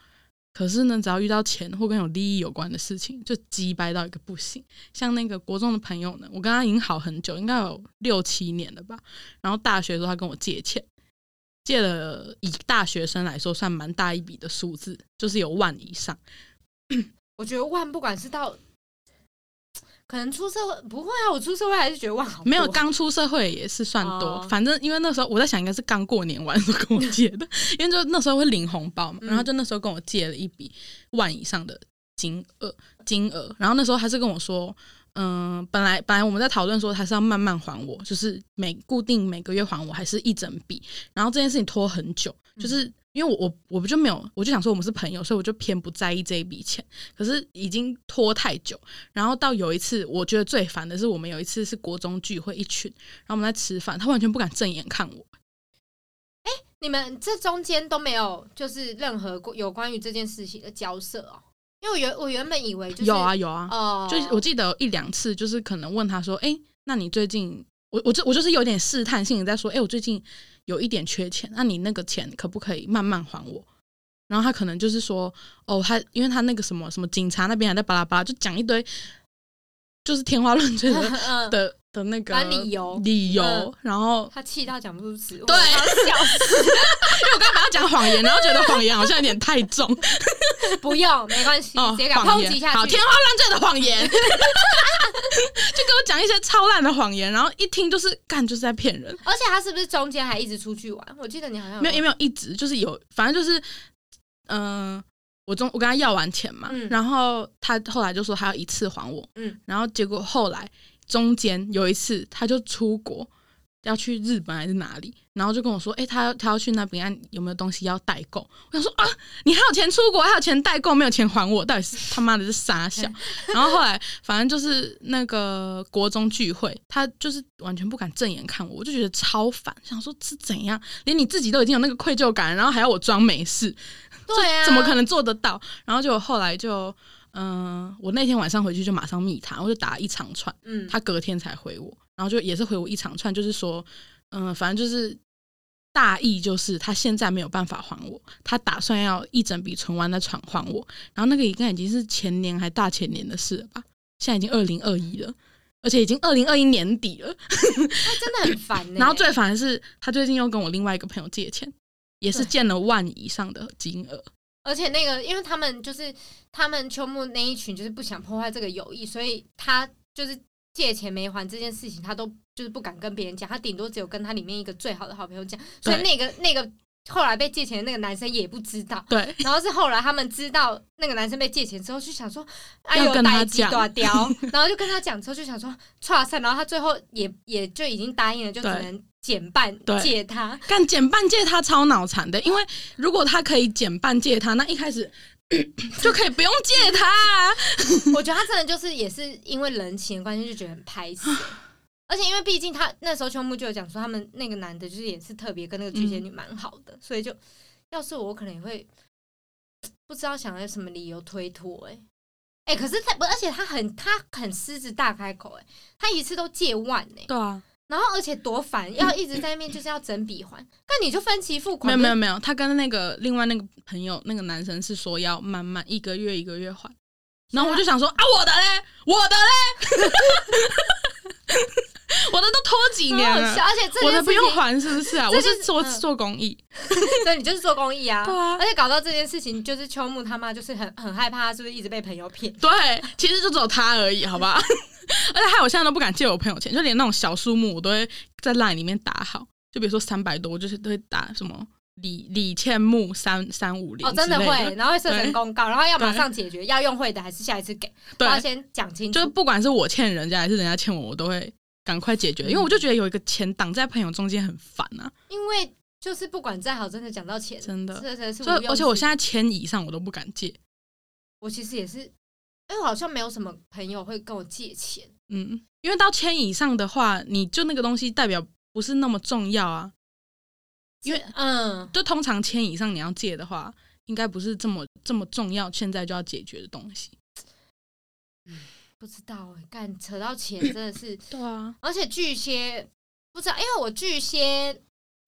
Speaker 1: 可是呢，只要遇到钱或跟有利益有关的事情，就鸡掰到一个不行。像那个国中的朋友呢，我跟他已经好很久，应该有六七年了吧。然后大学的时候，他跟我借钱，借了以大学生来说算蛮大一笔的数字，就是有万以上。
Speaker 2: 我觉得万不管是到。可能出社会不会啊，我出社会还是觉得万好多。
Speaker 1: 没有，刚出社会也是算多。哦、反正因为那时候我在想，应该是刚过年完的时候跟我借的，因为就那时候会领红包嘛，然后就那时候跟我借了一笔万以上的金额金额。然后那时候他是跟我说，嗯、呃，本来本来我们在讨论说他是要慢慢还我，就是每固定每个月还我，还是一整笔。然后这件事情拖很久，就是。嗯因为我我我不就没有，我就想说我们是朋友，所以我就偏不在意这一笔钱。可是已经拖太久，然后到有一次，我觉得最烦的是，我们有一次是国中聚会一群，然后我们在吃饭，他完全不敢正眼看我。
Speaker 2: 哎、欸，你们这中间都没有就是任何有关于这件事情的交涉哦？因为我原我原本以为就是
Speaker 1: 有啊有啊，
Speaker 2: 哦、
Speaker 1: 就我记得有一两次，就是可能问他说，哎、欸，那你最近？我我就我就是有点试探性的在说，哎、欸，我最近有一点缺钱，那你那个钱可不可以慢慢还我？然后他可能就是说，哦，他因为他那个什么什么警察那边还在巴拉巴拉，就讲一堆就是天花乱坠的的的那个
Speaker 2: 理由
Speaker 1: 理由，
Speaker 2: 嗯、
Speaker 1: 然后
Speaker 2: 他气到讲不出词，
Speaker 1: 对，笑死，因为我刚把他讲谎言，然后觉得谎言好像有点太重，
Speaker 2: 不用没关系，
Speaker 1: 哦、
Speaker 2: 直接给他抨击下去，
Speaker 1: 好，天花乱坠的谎言。就跟我讲一些超烂的谎言，然后一听就是干就是在骗人。
Speaker 2: 而且他是不是中间还一直出去玩？我记得你好像有
Speaker 1: 没有，也没有一直就是有，反正就是，嗯、呃，我中我跟他要完钱嘛、嗯，然后他后来就说他要一次还我，嗯，然后结果后来中间有一次他就出国。要去日本还是哪里，然后就跟我说，哎、欸，他他要去那边，有没有东西要代购？我想说啊，你还有钱出国，还有钱代购，没有钱还我，到底是他妈的是傻小？然后后来反正就是那个国中聚会，他就是完全不敢正眼看我，我就觉得超烦，想说是怎样，连你自己都已经有那个愧疚感，然后还要我装没事，
Speaker 2: 对啊，
Speaker 1: 怎么可能做得到？然后就后来就。嗯、呃，我那天晚上回去就马上密他，我就打了一长串，嗯，他隔天才回我，然后就也是回我一长串，就是说，嗯、呃，反正就是大意就是他现在没有办法还我，他打算要一整笔存完再传还我，然后那个应该已经是前年还大前年的事了吧，现在已经二零二一了，而且已经二零二一年底了，
Speaker 2: 他真的很烦、欸。
Speaker 1: 然后最烦的是，他最近又跟我另外一个朋友借钱，也是借了万以上的金额。
Speaker 2: 而且那个，因为他们就是他们秋木那一群，就是不想破坏这个友谊，所以他就是借钱没还这件事情，他都就是不敢跟别人讲，他顶多只有跟他里面一个最好的好朋友讲。所以那个那个后来被借钱的那个男生也不知道，
Speaker 1: 对。
Speaker 2: 然后是后来他们知道那个男生被借钱之后，就想说，哎呦，代机大雕，然后就跟他讲之后，就想说，唰塞，然后他最后也也就已经答应了，就只能。减半借他，
Speaker 1: 干减半借他超脑残的，因为如果他可以减半借他，那一开始就可以不用借他、啊。
Speaker 2: 我觉得他真的就是也是因为人情的关系，就觉得很拍死。而且因为毕竟他那时候秋木就有讲说，他们那个男的就是也是特别跟那个巨蟹女蛮好的、嗯，所以就要是我可能也会不知道想要什么理由推脱、欸。哎、欸，可是他而且他很他很狮子大开口、欸，哎，他一次都借万哎、欸。
Speaker 1: 对啊。
Speaker 2: 然后而且多烦，要一直在那边就是要整笔还，那你就分期付款。
Speaker 1: 没有没有没有，他跟那个另外那个朋友那个男生是说要慢慢一个月一个月还，然后我就想说啊，我的嘞，我的嘞，我的都拖几年了，
Speaker 2: 而且这
Speaker 1: 我的不用还是不是啊？我是做、嗯、做公益，
Speaker 2: 对，你就是做公益啊。
Speaker 1: 对啊，
Speaker 2: 而且搞到这件事情，就是秋木他妈就是很很害怕，他是不是一直被朋友骗？
Speaker 1: 对，其实就只有他而已，好吧。而且还有，我现在都不敢借我朋友钱，就连那种小数目我都会在 LINE 里面打好，就比如说三百多，我就是都会打什么李李欠木三三五零，
Speaker 2: 哦，真的会，然后会设成公告，然后要马上解决，要用会的还是下一次给，都要先讲清楚。
Speaker 1: 就是不管是我欠人家还是人家欠我，我都会赶快解决，因为我就觉得有一个钱挡在朋友中间很烦啊。
Speaker 2: 因为就是不管再好，真的讲到钱，
Speaker 1: 真的，
Speaker 2: 是是是，
Speaker 1: 所以而且我现在千以上我都不敢借。
Speaker 2: 我其实也是，因为我好像没有什么朋友会跟我借钱。
Speaker 1: 嗯，因为到千以上的话，你就那个东西代表不是那么重要啊。因为嗯，就通常千以上你要借的话，应该不是这么这么重要，现在就要解决的东西。
Speaker 2: 嗯，不知道哎、欸，干扯到钱真的是
Speaker 1: 对啊。
Speaker 2: 而且巨蟹不知道，因为我巨蟹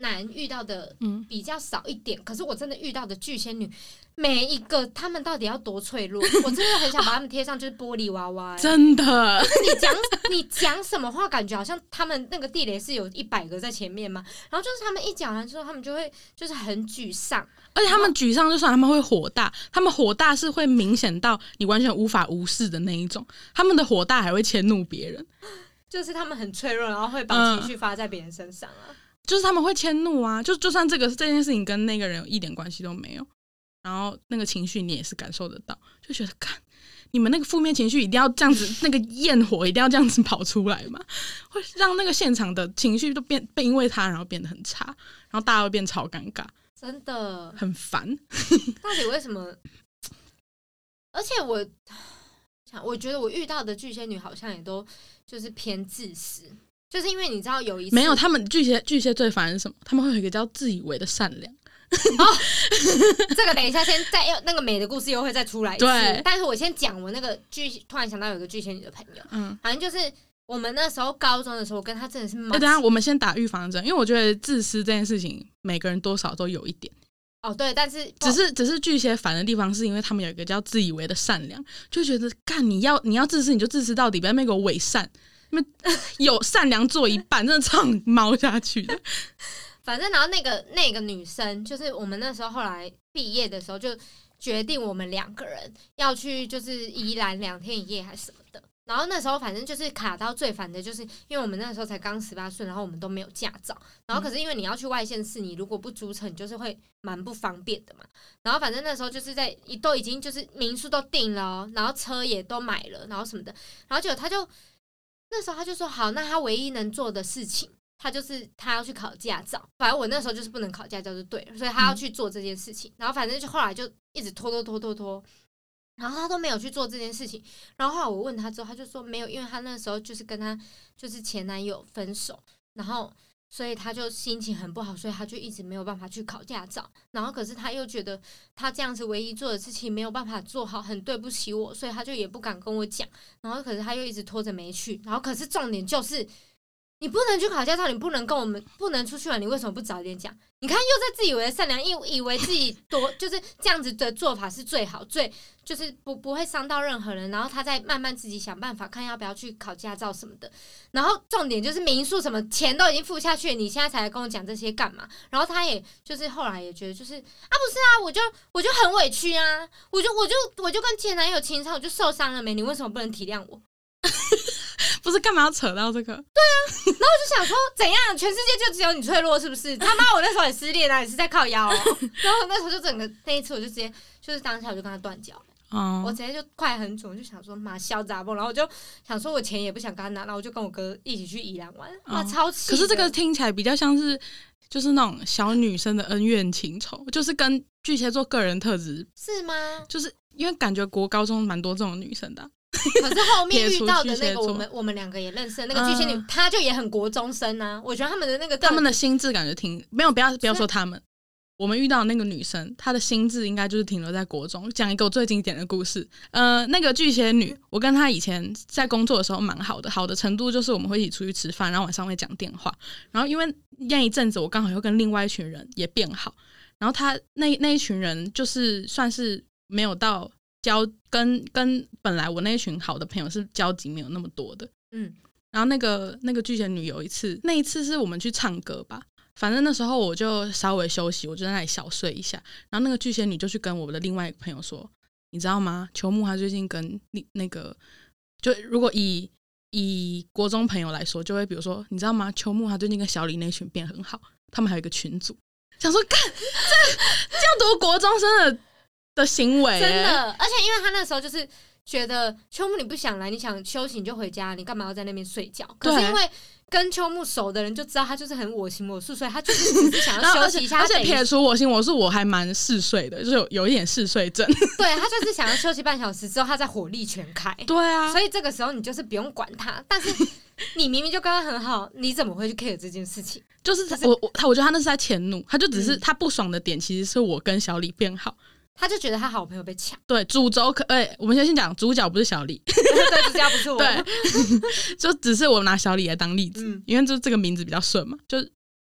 Speaker 2: 男遇到的比较少一点，
Speaker 1: 嗯、
Speaker 2: 可是我真的遇到的巨仙女，每一个他们到底要多脆弱？我真的很想把他们贴上就是玻璃娃娃、欸，
Speaker 1: 真的。
Speaker 2: 就是你讲你讲什么话，感觉好像他们那个地雷是有一百个在前面嘛，然后就是他们一讲完之后，他们就会就是很沮丧，
Speaker 1: 而且他们沮丧就算他们会火大，他们火大是会明显到你完全无法无视的那一种，他们的火大还会迁怒别人，
Speaker 2: 就是他们很脆弱，然后会把情绪发在别人身上啊。
Speaker 1: 嗯就是他们会迁怒啊，就就算这个这件事情跟那个人有一点关系都没有，然后那个情绪你也是感受得到，就觉得看你们那个负面情绪一定要这样子，那个焰火一定要这样子跑出来嘛，会让那个现场的情绪都变被因为他然后变得很差，然后大家会变超尴尬，
Speaker 2: 真的
Speaker 1: 很烦。
Speaker 2: 到底为什么？而且我想，我觉得我遇到的巨蟹女好像也都就是偏自私。就是因为你知道有一次
Speaker 1: 没有，他们巨蟹巨蟹最烦的是什么？他们会有一个叫自以为的善良。
Speaker 2: 哦，这个等一下先再那个美的故事又会再出来一次。
Speaker 1: 对，
Speaker 2: 但是我先讲我那个巨，突然想到有个巨蟹女的朋友，嗯，反正就是我们那时候高中的时候，我跟她真的是蛮……
Speaker 1: 欸、等一下我们先打预防针，因为我觉得自私这件事情，每个人多少都有一点。
Speaker 2: 哦，对，但是
Speaker 1: 只是只是巨蟹烦的地方，是因为他们有一个叫自以为的善良，就觉得干你要你要自私你就自私到底，不要那个伪善。有善良做一半，真的超猫下去的。
Speaker 2: 反正然后那个那个女生，就是我们那时候后来毕业的时候，就决定我们两个人要去，就是宜兰两天一夜还是什么的。然后那时候反正就是卡到最烦的，就是因为我们那时候才刚十八岁，然后我们都没有驾照。然后可是因为你要去外县市，你如果不租车，你就是会蛮不方便的嘛。然后反正那时候就是在都已经就是民宿都订了、哦，然后车也都买了，然后什么的。然后结果他就。那时候他就说好，那他唯一能做的事情，他就是他要去考驾照。反正我那时候就是不能考驾照就对了，所以他要去做这件事情。然后反正就后来就一直拖拖拖拖拖，然后他都没有去做这件事情。然后后来我问他之后，他就说没有，因为他那时候就是跟他就是前男友分手，然后所以他就心情很不好，所以他就一直没有办法去考驾照。然后可是他又觉得他这样子唯一做的事情没有办法做好，很对不起我，所以他就也不敢跟我讲。然后可是他又一直拖着没去。然后可是重点就是你不能去考驾照，你不能跟我们不能出去玩，你为什么不早点讲？你看又在自以为善良，以以为自己多就是这样子的做法是最好，最就是不不会伤到任何人。然后他再慢慢自己想办法，看要不要去考驾照什么的。然后重点就是民宿什么钱都已经付下去了，你现在才来跟我讲这些干嘛？然后他也就是后来也觉得就是啊不是啊，我就我就很委屈啊，我就我就我就跟前男友情伤，我就受伤了没？你为什么不能体谅我？
Speaker 1: 不是干嘛要扯到这个？对
Speaker 2: 啊，然后我就想说，怎样？全世界就只有你脆弱是不是？他妈，我那时候也失恋啊，也是在靠腰哦。然后那时候就整个那一次，我就直接就是当下我就跟他断交，哦，我直接就快很准，我就想说妈小杂包，然后我就想说我钱也不想跟他拿，然后我就跟我哥一起去宜兰玩，哇，超气！
Speaker 1: 可是这个听起来比较像是就是那种小女生的恩怨情仇，就是跟巨蟹座个人特质
Speaker 2: 是吗？
Speaker 1: 就是因为感觉国高中蛮多这种女生的、啊。
Speaker 2: 可是后面遇到的那个我们我们两个也认识的那个巨蟹女，她、嗯、就也很国中生啊。我觉得他们的那个
Speaker 1: 他们的心智感觉挺没有，不要不要说他们，我们遇到的那个女生，她的心智应该就是停留在国中。讲一个我最经典的故事，呃，那个巨蟹女，我跟她以前在工作的时候蛮好的，好的程度就是我们会一起出去吃饭，然后晚上会讲电话。然后因为那一阵子我刚好又跟另外一群人也变好，然后她那那一群人就是算是没有到。交跟跟本来我那一群好的朋友是交集没有那么多的，嗯，然后那个那个巨蟹女有一次，那一次是我们去唱歌吧，反正那时候我就稍微休息，我就在那里小睡一下，然后那个巨蟹女就去跟我的另外一个朋友说，你知道吗？秋木他最近跟那个，就如果以以国中朋友来说，就会比如说，你知道吗？秋木他最近跟小李那群变很好，他们还有一个群组，想说干这这样读国中生的。的行为、欸、
Speaker 2: 真的，而且因为他那时候就是觉得秋木你不想来，你想休息你就回家，你干嘛要在那边睡觉？可是因为跟秋木熟的人就知道他就是很我行我素，所以他就是只是想要休息一下。
Speaker 1: 而且撇除我行我素，我还蛮嗜睡的，就是有有一点嗜睡症。
Speaker 2: 对，他就是想要休息半小时之后，他再火力全开。
Speaker 1: 对啊，
Speaker 2: 所以这个时候你就是不用管他，但是你明明就跟他很好，你怎么会去 care 这件事情？
Speaker 1: 就是他，我我他，我觉得他那是在迁怒，他就只是、嗯、他不爽的点，其实是我跟小李变好。
Speaker 2: 他就觉得他好朋友被抢，
Speaker 1: 对，主轴可，哎、欸，我们先先讲主角不是小李，
Speaker 2: 对，主角不是我，
Speaker 1: 对，就只是我拿小李来当例子，嗯、因为就这个名字比较顺嘛，就是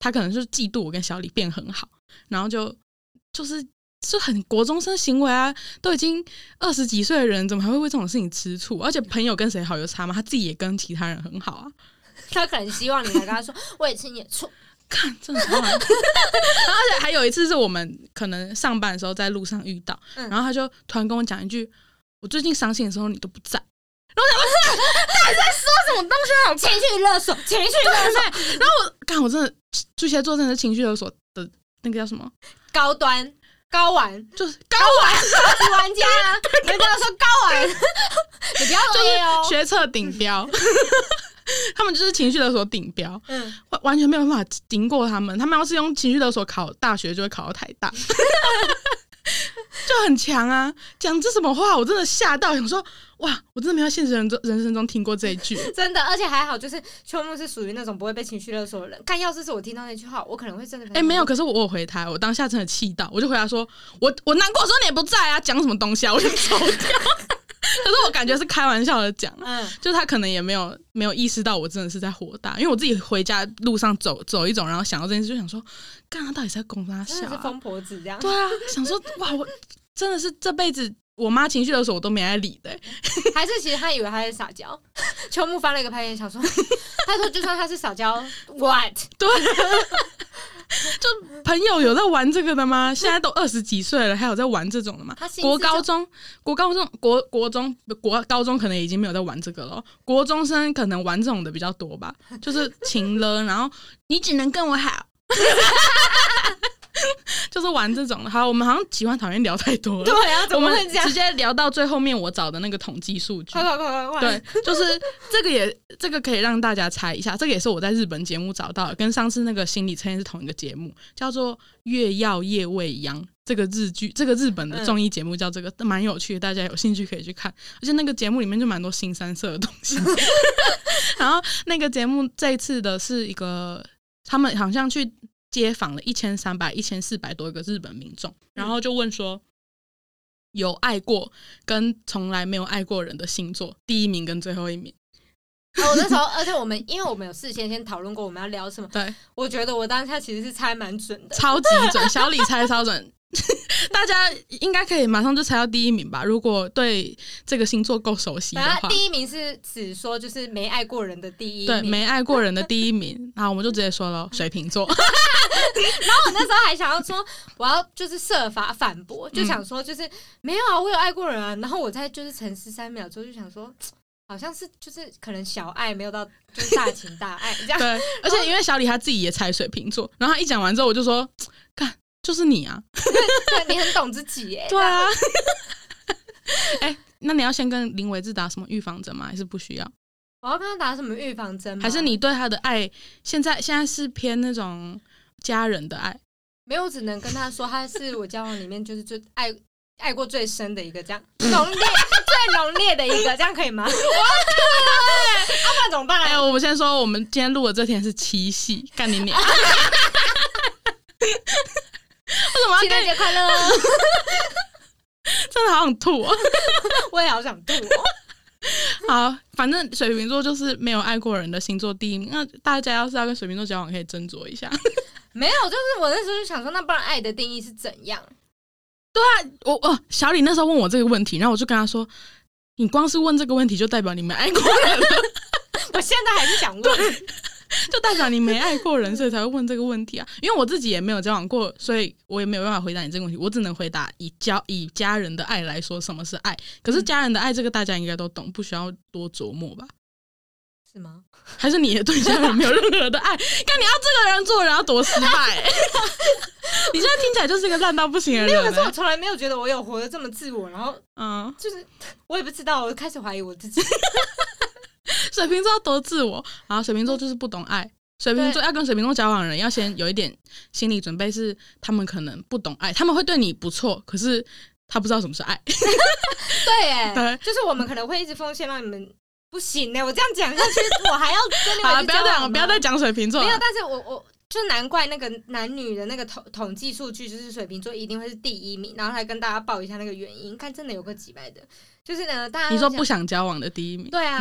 Speaker 1: 他可能就是嫉妒我跟小李变很好，然后就就是就很国中生行为啊，都已经二十几岁的人，怎么还会为这种事情吃醋？而且朋友跟谁好有差吗？他自己也跟其他人很好啊。
Speaker 2: 他可能希望你来跟他说，我也吃你的醋。
Speaker 1: 看，真的超难。然后而且还有一次是我们可能上班的时候在路上遇到，嗯、然后他就突然跟我讲一句：“我最近伤心的时候你都不在。”然后我想说，到底在说什么东西啊？
Speaker 2: 情绪勒索，情绪勒索。
Speaker 1: 然后我，看我真的巨蟹座真的是情绪勒索的那个叫什么？
Speaker 2: 高端。高玩
Speaker 1: 就是高玩，
Speaker 2: 超级玩家啊！你不要说高玩，你不要
Speaker 1: 就是学测顶标，他们就是情绪勒索顶标，嗯，完全没有办法赢过他们。他们要是用情绪勒索考大学，就会考到台大，就很强啊！讲这什么话，我真的吓到，想说哇，我真的没有现实人中人生中听过这一句，
Speaker 2: 真的，而且还好，就是秋木是属于那种不会被情绪勒索的人。看，要是是我听到那句话，我可能会真的哎、
Speaker 1: 欸、没有，可是我有回他，我当下真的气到，我就回答说，我我难过的时候你也不在啊，讲什么东西啊，我就走掉。可是我感觉是开玩笑的讲，嗯，就是他可能也没有没有意识到我真的是在火大，因为我自己回家路上走走一走，然后想到这件事，就想说，干他到底是在攻他笑、啊，
Speaker 2: 真的是疯婆子这样。
Speaker 1: 对啊，想说哇，我真的是这辈子我妈情绪勒索我都没来理的、欸，
Speaker 2: 还是其实他以为他在撒娇。秋木翻了一个拍脸想说，他说就算他是撒娇 ，what？
Speaker 1: 对。就朋友有在玩这个的吗？现在都二十几岁了，还有在玩这种的吗？国高中、国高中、国国中、国高中可能已经没有在玩这个了。国中生可能玩这种的比较多吧，就是情了，然后你只能跟我好。就是玩这种的。好，我们好像喜欢讨厌聊太多了。
Speaker 2: 对啊，怎么会这样？
Speaker 1: 我们直接聊到最后面我找的那个统计数据。
Speaker 2: 快快快快！
Speaker 1: 对，就是这个也这个可以让大家猜一下，这个也是我在日本节目找到的，跟上次那个心理测验是同一个节目，叫做《月曜夜未央》。这个日剧，这个日本的综艺节目叫这个，蛮、嗯、有趣的，大家有兴趣可以去看。而且那个节目里面就蛮多新三色的东西。然后那个节目这一次的是一个，他们好像去街访了一千三百、一千四百多个日本民众，然后就问说，有爱过跟从来没有爱过人的星座，第一名跟最后一名。
Speaker 2: 哦、我那时候，而且我们因为我们有事先先讨论过我们要聊什么，
Speaker 1: 对，
Speaker 2: 我觉得我当下其实是猜蛮准的，
Speaker 1: 超级准，小李猜超准。大家应该可以马上就猜到第一名吧？如果对这个星座够熟悉的话，
Speaker 2: 第一名是指说就是没爱过人的第一名，
Speaker 1: 对，没爱过人的第一名。然后我们就直接说了水瓶座。然
Speaker 2: 后我那时候还想要说，我要就是设法反驳，就想说就是、嗯、没有啊，我有爱过人啊。然后我在就是沉思三秒之后就想说，好像是就是可能小爱没有到就是大情大爱这样。
Speaker 1: 对，而且因为小李他自己也猜水瓶座，然后他一讲完之后我就说，看。就是你啊，
Speaker 2: 对，你很懂自己耶。
Speaker 1: 对啊，哎、欸，那你要先跟林维志打什么预防针吗？还是不需要？
Speaker 2: 我要跟他打什么预防针吗？
Speaker 1: 还是你对他的爱现在现在是偏那种家人的爱？
Speaker 2: 没有，我只能跟他说，他是我交往里面就是最爱爱过最深的一个，这样浓烈最浓烈的一个，这样可以吗？哇，要、啊、不然怎么办？
Speaker 1: 哎、欸，我们先说，我们今天录的这天是七夕，干你娘！为什么要
Speaker 2: 情人节快乐？
Speaker 1: 真的好想吐哦！
Speaker 2: 我也好想吐哦。
Speaker 1: 好，反正水瓶座就是没有爱过人的星座第一名。那大家要是要跟水瓶座交往，可以斟酌一下。
Speaker 2: 没有，就是我那时候就想说，那不然爱的定义是怎样？
Speaker 1: 对啊，我哦，小李那时候问我这个问题，然后我就跟他说：“你光是问这个问题，就代表你没爱过人了。”
Speaker 2: 我现在还是想问。
Speaker 1: 就代表你没爱过人，所以才会问这个问题啊。因为我自己也没有交往过，所以我也没有办法回答你这个问题。我只能回答以交以家人的爱来说，什么是爱？可是家人的爱这个大家应该都懂，不需要多琢磨吧？
Speaker 2: 是吗？
Speaker 1: 还是你也对家人没有任何的爱？看你要这个人做人要多失败、欸？你现在听起来就是一个烂到不行的人、欸。
Speaker 2: 没有，可是我从来没有觉得我有活得这么自我，然后嗯，就是我也不知道，我开始怀疑我自己。
Speaker 1: 水瓶座要多自我，然后水瓶座就是不懂爱。水瓶座要跟水瓶座交往的人，要先有一点心理准备，是他们可能不懂爱，他们会对你不错，可是他不知道什么是爱。
Speaker 2: 对耶，对，就是我们可能会一直奉献让你们，不行呢，我这样讲下去，我还要跟你们
Speaker 1: 好，不要这样，不要再讲水瓶座。
Speaker 2: 没有，但是我我就难怪那个男女的那个统统计数据，就是水瓶座一定会是第一名，然后来跟大家报一下那个原因，看真的有个几百的，就是呢，大家
Speaker 1: 你说不想交往的第一名，
Speaker 2: 对啊。嗯，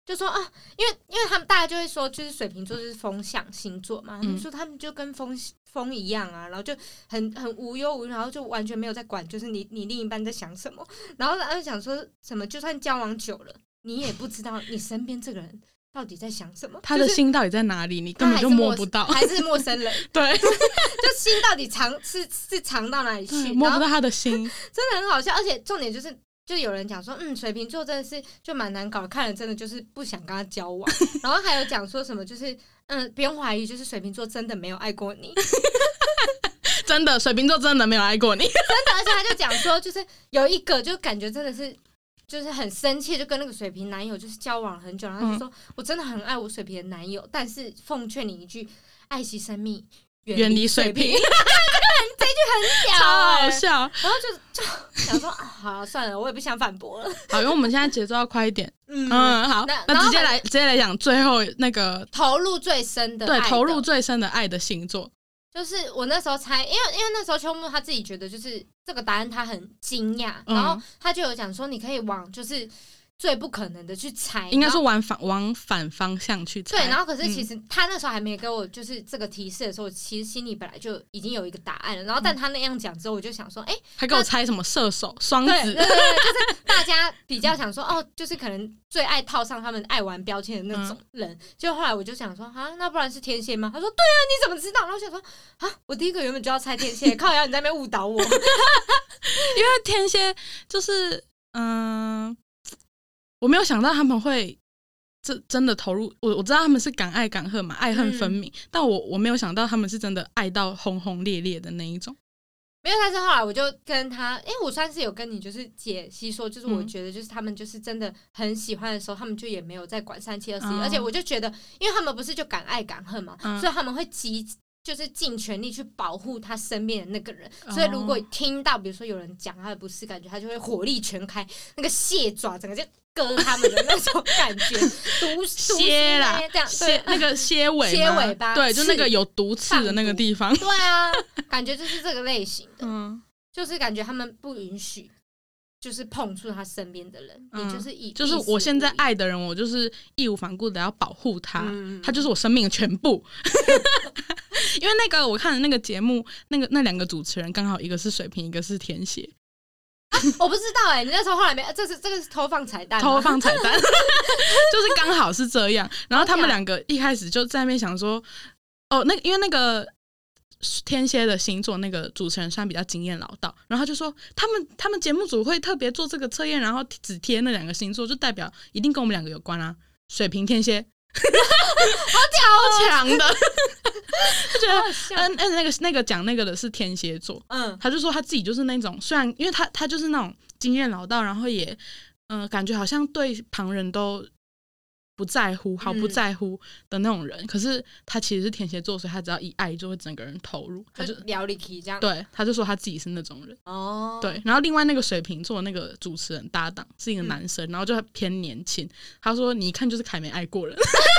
Speaker 2: 就说啊，因为因为他们大家就会说，就是水瓶座就是风象星座嘛，他们说他们就跟风风一样啊，然后就很很无忧无虑，然后就完全没有在管，就是你你另一半在想什么，然后他就想说什么，就算交往久了，你也不知道你身边这个人到底在想什么，
Speaker 1: 他的心到底在哪里，你根本就摸不到，
Speaker 2: 还是陌生人，
Speaker 1: 对，
Speaker 2: 就心到底藏是是藏到哪里去，
Speaker 1: 摸不到他的心，
Speaker 2: 真的很好笑，而且重点就是。就有人讲说，嗯，水瓶座真的是就蛮难搞的，看了真的就是不想跟他交往。然后还有讲说什么，就是嗯，不用怀疑，就是水瓶座真的没有爱过你，
Speaker 1: 真的，水瓶座真的没有爱过你，真
Speaker 2: 的。而且他就讲说，就是有一个就感觉真的是就是很生气，就跟那个水瓶男友就是交往了很久，然后就说、嗯、我真的很爱我水瓶的男友，但是奉劝你一句，爱惜生命，
Speaker 1: 远离水瓶。
Speaker 2: 这句很屌、欸，
Speaker 1: 超好笑。
Speaker 2: 然后就就想说，啊、好算了，我也不想反驳了。
Speaker 1: 好，因为我们现在节奏要快一点。嗯, 嗯好，那, 那直接来直接来讲最后那个
Speaker 2: 投入最深的爱的，
Speaker 1: 对，投入最深的爱的星座。
Speaker 2: 就是我那时候猜，因为因为那时候秋木他自己觉得就是这个答案他很惊讶、嗯，然后他就有讲说，你可以往就是。最不可能的去猜，
Speaker 1: 应该是往反往反方向去猜。
Speaker 2: 对，然后可是其实他那时候还没给我就是这个提示的时候，我其实心里本来就已经有一个答案了。然后但他那样讲之后，我就想说，哎、欸，
Speaker 1: 还给我猜什么射手、双子？
Speaker 2: 对对对，就是大家比较想说，哦，就是可能最爱套上他们爱玩标签的那种人。就、嗯、后来我就想说，啊，那不然是天蝎吗？他说，对啊，你怎么知道？然后我想说，啊，我第一个原本就要猜天蝎，靠腰你在那边误导我，因
Speaker 1: 为天蝎就是嗯。我没有想到他们会这真的投入，我我知道他们是敢爱敢恨嘛，爱恨分明、嗯、但我我没有想到他们是真的爱到轰轰烈烈的那一种。
Speaker 2: 没有，但是后来我就跟他，因为我算是有跟你就是解析说，就是我觉得就是他们就是真的很喜欢的时候，他们就也没有再管三七二十一，而且我就觉得，因为他们不是就敢爱敢恨嘛、嗯，所以他们会急。就是尽全力去保护他身边的那个人，所以如果听到比如说有人讲他的不是，感觉他就会火力全开，那个蟹爪整个就割他们的那种感觉，毒
Speaker 1: 蝎啦，这样蝎那个蝎尾
Speaker 2: 蝎尾巴，
Speaker 1: 对，就那个有毒刺的那个地方，
Speaker 2: 对啊，感觉就是这个类型的，嗯，就是感觉他们不允许。就是碰触他身边的人、嗯，也就是以
Speaker 1: 就是我现在爱的人，我就是义无反顾的要保护他、嗯，他就是我生命的全部。因为那个我看的那个节目，那个那两个主持人刚好一个是水瓶，一个是天蝎。
Speaker 2: 啊、我不知道哎、欸，你那时候后来没？这是这个是偷放彩蛋，
Speaker 1: 偷放彩蛋，就是刚好是这样。然后他们两个一开始就在那边想说，哦，那因为那个。天蝎的星座那个主持人虽然比较经验老道，然后他就说他们他们节目组会特别做这个测验，然后只贴那两个星座，就代表一定跟我们两个有关啊，水瓶天蝎，
Speaker 2: 好屌、
Speaker 1: 哦，超强的，就觉得嗯嗯那个那个讲那个的是天蝎座，嗯，他就说他自己就是那种虽然因为他他就是那种经验老道，然后也嗯、呃、感觉好像对旁人都。不在乎，毫不在乎的那种人、嗯，可是他其实是天蝎座，所以他只要一爱就会整个人投入，他就
Speaker 2: 聊里去这样。
Speaker 1: 对，他就说他自己是那种人。哦，对，然后另外那个水瓶座那个主持人搭档是一个男生，嗯、然后就偏年轻，他说你一看就是凯没爱过人，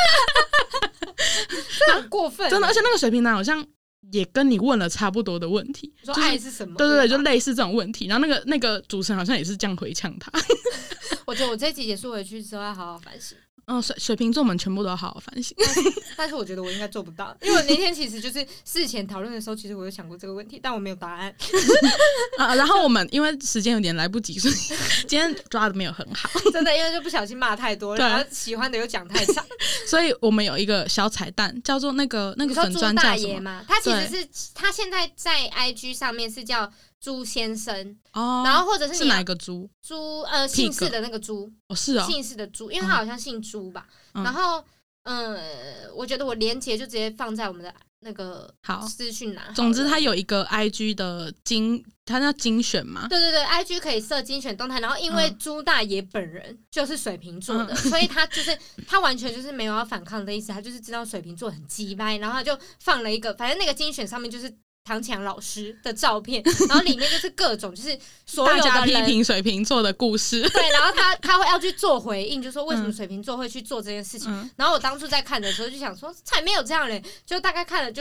Speaker 2: 这很过分，
Speaker 1: 真的，而且那个水瓶男好像也跟你问了差不多的问题，
Speaker 2: 说爱是什么？
Speaker 1: 对对对，就类似这种问题。然后那个那个主持人好像也是这样回呛他。
Speaker 2: 我觉得我这一集结束回去之后要好好反省。
Speaker 1: 嗯，水水瓶座们全部都要好好反省，
Speaker 2: 但是但是我觉得我应该做不到，因为我那天其实就是事前讨论的时候，其实我有想过这个问题，但我没有答案。
Speaker 1: 啊，然后我们因为时间有点来不及，所以今天抓的没有很好，
Speaker 2: 真的，因为就不小心骂太多，然后喜欢的又讲太长，
Speaker 1: 所以我们有一个小彩蛋，叫做那个那个粉专叫什么
Speaker 2: 嘛？他其实是他现在在 I G 上面是叫。朱先生、哦，然后或者是你
Speaker 1: 是哪一个朱？
Speaker 2: 朱呃姓氏的那个朱
Speaker 1: 哦，是哦，
Speaker 2: 姓氏的朱，因为他好像姓朱吧。嗯、然后嗯、呃，我觉得我连结就直接放在我们的那个好资讯栏。
Speaker 1: 总之，他有一个 I G 的精，他叫精选嘛。
Speaker 2: 对对对 ，I G 可以设精选动态。然后因为朱大爷本人就是水瓶座的，嗯、所以他就是他完全就是没有要反抗的意思，他就是知道水瓶座很鸡掰，然后他就放了一个，反正那个精选上面就是。唐强老师的照片，然后里面就是各种就是所有的人
Speaker 1: 大家批评水瓶座的故事，
Speaker 2: 对，然后他他会要去做回应，就说为什么水瓶座会去做这件事情。嗯、然后我当初在看的时候就想说，才没有这样嘞，就大概看了就是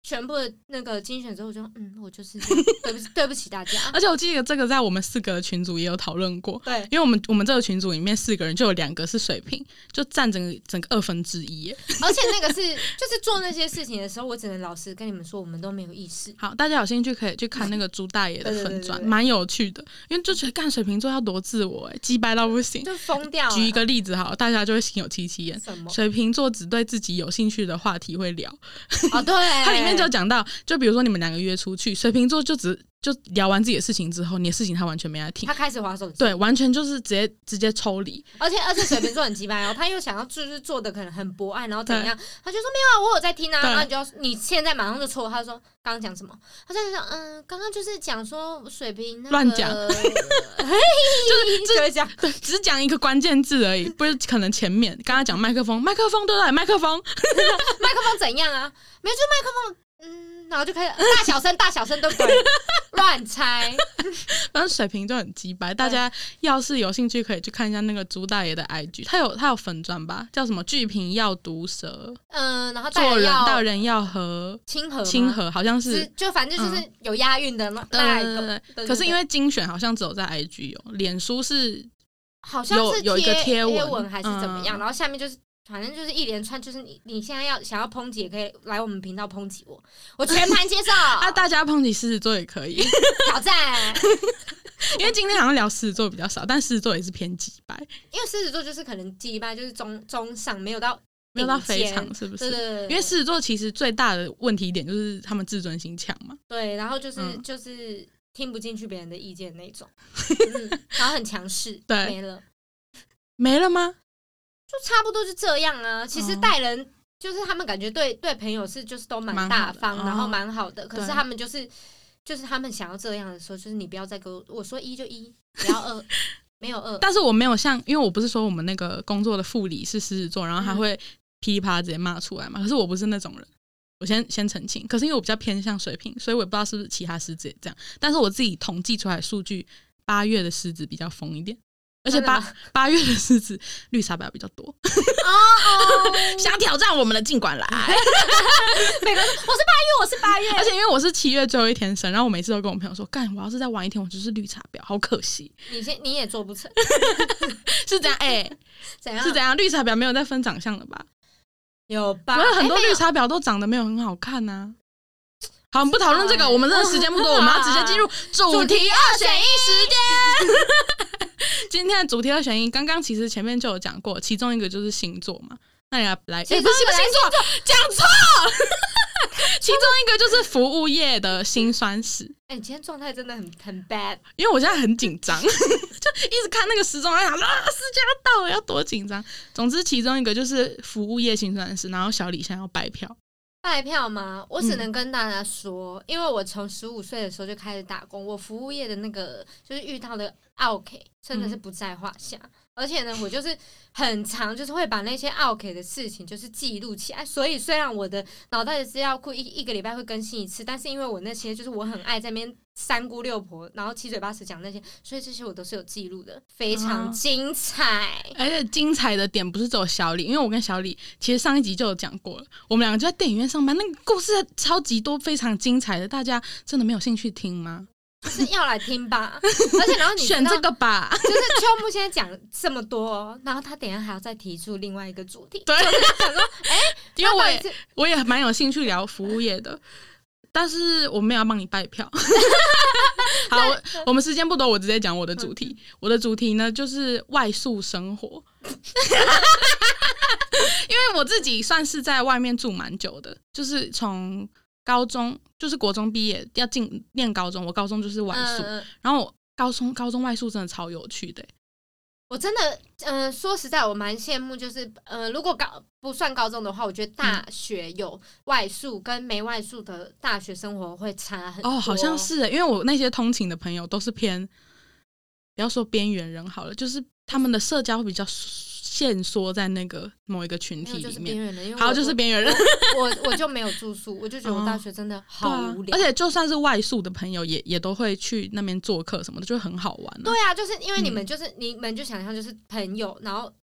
Speaker 2: 全部的那个精选之后，我就嗯，我就是对不起，对不起大家。
Speaker 1: 而且我记得这个在我们四个的群组也有讨论过，
Speaker 2: 对，
Speaker 1: 因为我们我们这个群组里面四个人就有两个是水瓶，就占整个整个二分之一耶。
Speaker 2: 而且那个是就是做那些事情的时候，我只能老实跟你们说，我们都没有意识。
Speaker 1: 好，大家有兴趣可以去看那个朱大爷的粉专，蛮有趣的，因为就觉得干水瓶座要多自我哎，鸡掰到不行，
Speaker 2: 就疯掉了。
Speaker 1: 举一个例子好，大家就会心有戚戚焉。水瓶座只对自己有兴趣的话题会聊。
Speaker 2: 哦，对，
Speaker 1: 它里面就讲到，就比如说你们两个约出去，水瓶座就只就聊完自己的事情之后，你的事情他完全没在听，
Speaker 2: 他开始滑手机，
Speaker 1: 对，完全就是直接直接抽离。
Speaker 2: 而且而且水瓶座很鸡掰哦，他又想要就是做的可能很博爱，然后怎样，他就说没有啊，我有在听啊，然后你就要你现在马上就错，他说刚刚讲什么？他在想嗯，刚刚就是讲说水瓶乱、那個、讲，
Speaker 1: 就是
Speaker 2: 只讲
Speaker 1: 对，只讲一个关键字而已，不是可能前面刚刚讲麦克风，麦克风对不对？麦克风，
Speaker 2: 麦克风怎样啊？没有，就麦克风。嗯，然后就开始大小声，大小声，对不对？乱猜。
Speaker 1: 反正水瓶就很鸡掰，大家要是有兴趣，可以去看一下那个朱大爷的 I G， 他有他有粉专吧，叫什么巨瓶要毒舌，
Speaker 2: 嗯，然后
Speaker 1: 做人待人要和
Speaker 2: 亲和，
Speaker 1: 亲和好像是，
Speaker 2: 就反正就是有押韵的那
Speaker 1: 那一个。可是因为精选好像只有在 I G 有，脸书是
Speaker 2: 好像是
Speaker 1: 有有一个贴
Speaker 2: 文, 文还是怎么样，
Speaker 1: 嗯、
Speaker 2: 然后下面就是。反正就是一连串，就是你你现在要想要抨击，也可以来我们频道抨击我，我全盘接受。
Speaker 1: 啊，大家抨击狮子座也可以
Speaker 2: 挑战，
Speaker 1: 因为今天好像聊狮子座比较少，但狮子座也是偏鸡掰。
Speaker 2: 因为狮子座就是可能鸡掰就是中中上，没有到
Speaker 1: 没有到非常，是不是？
Speaker 2: 对对对。
Speaker 1: 因为狮子座其实最大的问题点就是他们自尊心强嘛。
Speaker 2: 对，然后就是、嗯、就是听不进去别人的意见那种，嗯、然后很强势。对，没了，
Speaker 1: 没了吗？
Speaker 2: 就差不多就这样啊。其实待人、嗯、就是他们感觉对对朋友是就是都蛮大方，然后蛮好的。可是他们就是就是他们想要这样的时候，就是你不要再跟我我说一就一，不要二，没有二。
Speaker 1: 但是我没有像，因为我不是说我们那个工作的副理是狮子座，然后他会噼里啪啦直接骂出来嘛。可是我不是那种人，我先先澄清。可是因为我比较偏向水瓶，所以我也不知道是不是其他狮子也这样。但是我自己统计出来的数据，八月的狮子比较疯一点。而且八八月的狮子绿茶婊比较多哦哦，想挑战我们的尽管来。
Speaker 2: 每个人我是八月，我是八月，
Speaker 1: 而且因为我是七月最后一天生，然后我每次都跟我朋友说，干，我要是再晚一天，我就是绿茶婊，好可惜。
Speaker 2: 你先你也做不成，
Speaker 1: 是这样哎、欸，
Speaker 2: 怎样？
Speaker 1: 是怎样？绿茶婊没有在分长相的吧？
Speaker 2: 有吧？
Speaker 1: 我有很多绿茶婊都长得没有很好看呐、啊。好，我们不讨论这个，我们这个时间不多，我们要直接进入主题二选一时间。今天的主题二选一，刚刚其实前面就有讲过，其中一个就是星座嘛。那你来来，
Speaker 2: 其实不是星座，
Speaker 1: 讲错。其中一个就是服务业的辛酸史。
Speaker 2: 哎、欸，你今天状态真的很很 bad，
Speaker 1: 因为我现在很紧张，就一直看那个时钟，在想啊，时间要到了，要多紧张。总之，其中一个就是服务业辛酸史，然后小李现在要拜票。
Speaker 2: 拜票吗？我只能跟大家说，嗯、因为我从十五岁的时候就开始打工，我服务业的那个就是遇到的奥 K 真的是不在话下。嗯、而且呢，我就是很常就是会把那些奥 K 的事情就是记录起来。所以虽然我的脑袋的资料库一一个礼拜会更新一次，但是因为我那些就是我很爱在那边三姑六婆，然后七嘴八舌讲那些，所以这些我都是有记录的，非常精彩。
Speaker 1: 而且精彩的点不是只有小李，因为我跟小李其实上一集就有讲过了，我们两个就在电影院上班，那个故事超级多，非常精彩的，大家真的没有兴趣听吗？
Speaker 2: 是要来听吧，而且然后你
Speaker 1: 选这个吧，
Speaker 2: 就是秋木现在讲这么多，然后他等一下还要再提出另外一个主题，
Speaker 1: 对，
Speaker 2: 就是想说，哎、欸，
Speaker 1: 因为我也我也蛮有兴趣聊服务业的，但是我没有要帮你拜票。好，我们时间不多，我直接讲我的主题。我的主题呢就是外宿生活，因为我自己算是在外面住蛮久的，就是从高中就是国中毕业要进念高中，我高中就是外宿，嗯、然后我高中高中外宿真的超有趣的、欸。
Speaker 2: 我真的，呃，说实在，我蛮羡慕，就是呃，如果高不算高中的话，我觉得大学有外宿跟没外宿的大学生活会差很多。
Speaker 1: 哦，好像是，因为我那些通勤的朋友都是偏，不要说边缘人好了，就是他们的社交会比较限缩在那个某一个群体里面，
Speaker 2: 就是边缘人，因为
Speaker 1: 好就是边缘人。
Speaker 2: 我我, 我就没有住宿，我就觉得我大学真的好无聊。
Speaker 1: 啊、而且就算是外宿的朋友也，也也都会去那边做客什么的，就会很好玩、啊。
Speaker 2: 对啊，就是因为你们就是、嗯、你们就想象就是朋友，然后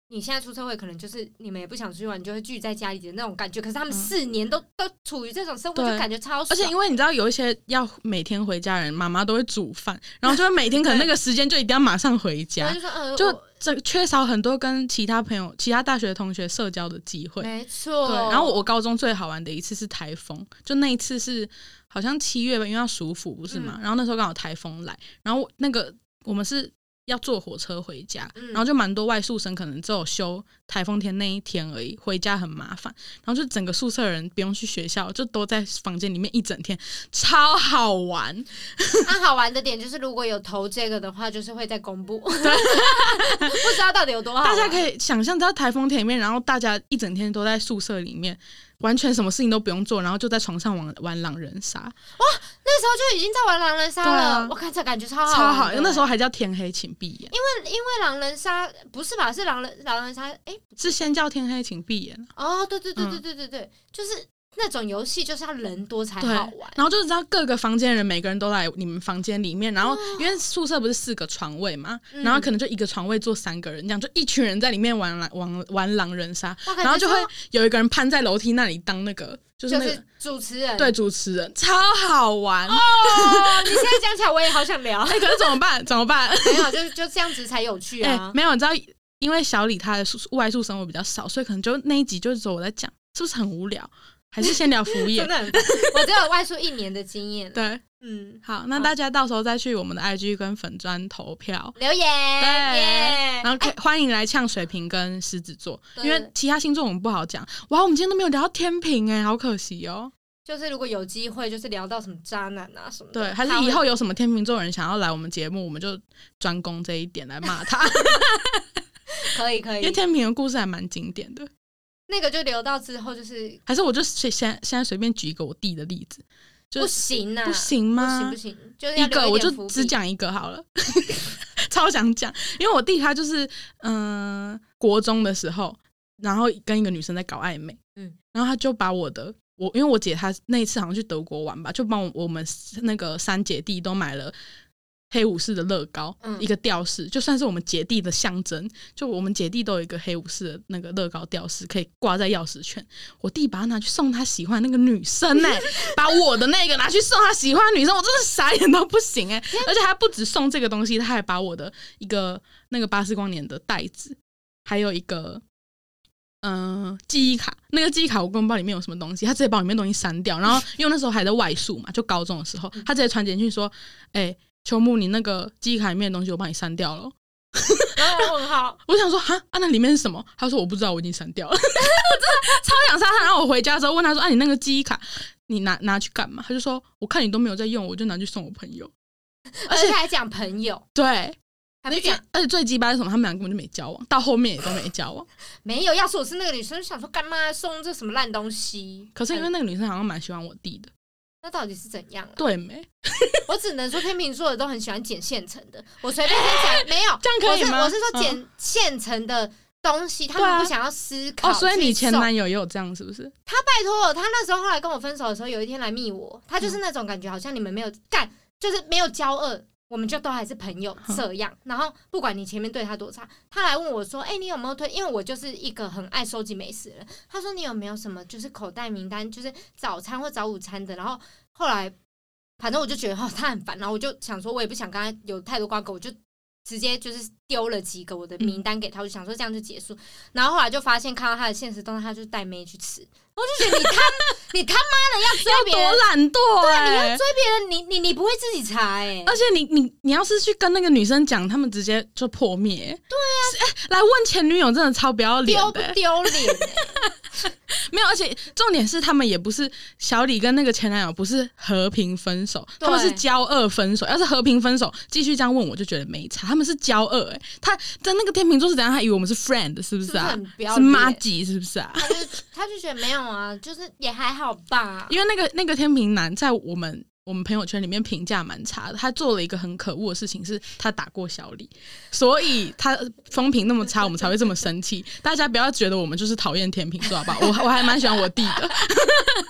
Speaker 2: 你现在出社会，可能就是你们也不想出去玩，你就会聚在家里的那种感觉。可是他们四年都、嗯、都处于这种生活，就感觉超爽。
Speaker 1: 而且因为你知道，有一些要每天回家的人，妈妈都会煮饭，然后就会每天可能那个时间就一定要马上回家，就, 说、呃、就这缺少很多跟其他朋友、其他大学同学社交的机会。
Speaker 2: 没错。
Speaker 1: 对，然后我高中最好玩的一次是台风，就那一次是好像七月吧，因为要暑伏不是嘛、嗯，然后那时候刚好台风来，然后那个我们是。要坐火车回家、嗯、然后就蛮多外宿生可能只有休台风天那一天而已，回家很麻烦，然后就整个宿舍人不用去学校，就都在房间里面一整天，超好玩。
Speaker 2: 那、啊、好玩的点就是如果有投这个的话，就是会在公布不知道到底有多好玩。
Speaker 1: 大家可以想象在台风天里面，然后大家一整天都在宿舍里面，完全什么事情都不用做，然后就在床上玩玩狼人杀。
Speaker 2: 哇，那时候就已经在玩狼人杀了、啊、我看这感觉超好玩，
Speaker 1: 超好，那时候还叫天黑请闭眼。
Speaker 2: 因为因为狼人杀不是吧，是狼人狼人杀，哎，
Speaker 1: 是先叫天黑请闭眼。
Speaker 2: 哦，对对对对对对对、嗯、就是那种游戏就是要人多才好玩，
Speaker 1: 然后就是知道各个房间的人每个人都来你们房间里面，然后因为宿舍不是四个床位嘛、嗯、然后可能就一个床位坐三个人，这样就一群人在里面玩玩玩狼人杀，然后就会有一个人攀在楼梯那里当那个就是那个、
Speaker 2: 就是、主持人，
Speaker 1: 对，主持人超好玩哦。
Speaker 2: 你现在讲起来我也好想聊
Speaker 1: 哎、欸，可是怎么办怎么办
Speaker 2: 没有，就就这样子才有趣啊、欸、
Speaker 1: 没有，你知道因为小李他的外宿生活比较少，所以可能就那一集就是只有我在讲，是不是很无聊？还是先聊服务业？
Speaker 2: 真的很我只有外宿一年的经验。
Speaker 1: 对，嗯，好，那大家到时候再去我们的 I G 跟粉专投票
Speaker 2: 留言，对，
Speaker 1: 然后可以、欸、欢迎来呛水瓶跟狮子座，因为其他星座我们不好讲。哇，我们今天都没有聊到天秤哎、欸，好可惜哦。
Speaker 2: 就是如果有机会，就是聊到什么渣男啊什么的，
Speaker 1: 对，还是以后有什么天秤座人想要来我们节目，我们就专攻这一点来骂他。
Speaker 2: 可以可以，
Speaker 1: 因为天秤的故事还蛮经典的。
Speaker 2: 那个就留到之后，就是还
Speaker 1: 是我就现现在随便举一个我弟的例子，就
Speaker 2: 不行啊，
Speaker 1: 不行吗？
Speaker 2: 不行不行，就是要留一点
Speaker 1: 个我就只讲一个好了，超想讲，因为我弟他就是嗯、呃、国中的时候，然后跟一个女生在搞暧昧，嗯，然后他就把我的我因为我姐她那一次好像去德国玩吧，就帮我我们那个三姐弟都买了。黑武士的乐高、嗯、一个吊饰，就算是我们姐弟的象征，就我们姐弟都有一个黑武士的那个乐高吊饰可以挂在钥匙圈，我弟把它拿去送他喜欢的那个女生欸把我的那个拿去送他喜欢的女生，我真的傻眼到不行欸而且他不只送这个东西，他还把我的一个那个巴斯光年的袋子还有一个嗯、呃，记忆卡，那个记忆卡我根本不知道里面有什么东西，他直接把里面东西删掉，然后因为那时候还在外宿嘛，就高中的时候他直接传简讯说哎、欸秋木，你那个记忆卡里面的东西我帮你删掉了。
Speaker 2: 然后我很好，
Speaker 1: 我想说哈啊，那里面是什么？他说我不知道，我已经删掉了。我真的超想杀他。然后我回家之后问他说：“啊，你那个记忆卡你拿拿去干嘛？”他就说：“我看你都没有在用，我就拿去送我朋友。”
Speaker 2: 而且还讲朋友，
Speaker 1: 对，还不讲。而且最鸡巴是什么？他们俩根本就没交往，到后面也都没交往。
Speaker 2: 没有，要是我是那个女生，就想说干嘛送这什么烂东西？
Speaker 1: 可是因为那个女生好像蛮喜欢我弟的。
Speaker 2: 那到底是怎样、啊？
Speaker 1: 对没？
Speaker 2: 我只能说天秤座的都很喜欢捡现成的。我随便先讲，没有
Speaker 1: 这样可以吗？
Speaker 2: 我是我是说捡现成的东西，嗯、他们不想要思考、啊。哦，
Speaker 1: 所以你前男友也有这样是不是？
Speaker 2: 他拜托我，他那时候后来跟我分手的时候，有一天来密我，他就是那种感觉，好像你们没有干，就是没有交恶。我们就都还是朋友这样，然后不管你前面对他多差，他来问我说：“哎、欸，你有没有推？”因为我就是一个很爱收集美食的人。他说：“你有没有什么就是口袋名单，就是早餐或早午餐的？”然后后来，反正我就觉得哦，他很烦，然后我就想说，我也不想跟他有太多瓜葛，我就直接就是丢了几个我的名单给他，我就想说这样就结束。然后后来就发现看到他的现实动态，他就带妹去吃。我就觉得你他你他妈的要追别人，
Speaker 1: 要多懒惰、欸！
Speaker 2: 对，你要追别人，你你你不会自己查哎、欸！
Speaker 1: 而且你你你要是去跟那个女生讲，他们直接就破灭。对
Speaker 2: 啊，
Speaker 1: 欸、来问前女友真的超不要脸的、欸，
Speaker 2: 丢不丢脸、欸？
Speaker 1: 没有，而且重点是他们也不是小李跟那个前男友不是和平分手，他们是交恶分手。要是和平分手，继续这样问我就觉得没差。他们是交恶、欸，哎，他在那个天秤座是怎样？他以为我们是 friend 是不是啊？是, 是麻吉是不是啊？
Speaker 2: 他就他就觉得没有啊，就是也还好吧。
Speaker 1: 因为那个那个天秤男在我们我们朋友圈里面评价蛮差的，他做了一个很可恶的事情，是他打过小李，所以他风评那么差，我们才会这么生气。大家不要觉得我们就是讨厌天秤座好不好？我我还蛮喜欢我弟的。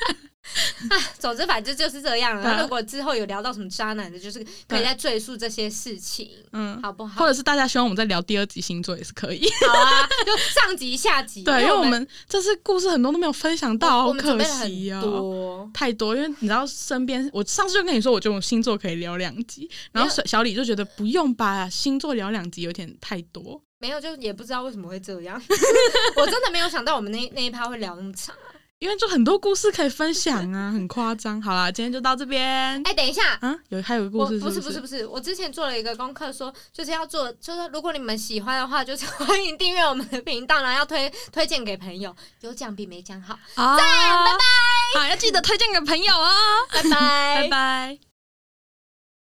Speaker 2: 啊，总之反正就是这样了。
Speaker 1: 对啊
Speaker 2: 如果之后有聊到什么渣男的，就是可以再赘述这些事情，嗯，好不好？
Speaker 1: 或者是大家希望我们再聊第二集星座也是可以。
Speaker 2: 好啊，就上集下集。
Speaker 1: 对，因为我们这次故事很多都没有分享到，好可惜
Speaker 2: 哦，多
Speaker 1: 太多。因为你知道身边，我上次就跟你说，我觉得我星座可以聊两集，然后小李就觉得不用吧，星座聊两集有点太多。
Speaker 2: 没有，就也不知道为什么会这样。我真的没有想到我们那那一趴会聊那么长。
Speaker 1: 因为就很多故事可以分享啊，很夸张。好啦，今天就到这边。
Speaker 2: 哎、欸，等一下，
Speaker 1: 啊，有还有个故事是不是？
Speaker 2: 不是不是不是，我之前做了一个功课说，就是要做，就是如果你们喜欢的话，就是欢迎订阅我们的频道，然后要推推荐给朋友，有奖比没奖好。
Speaker 1: 赞、
Speaker 2: 啊，拜拜。
Speaker 1: 好，要记得推荐给朋友哦。
Speaker 2: 拜拜，
Speaker 1: 拜拜。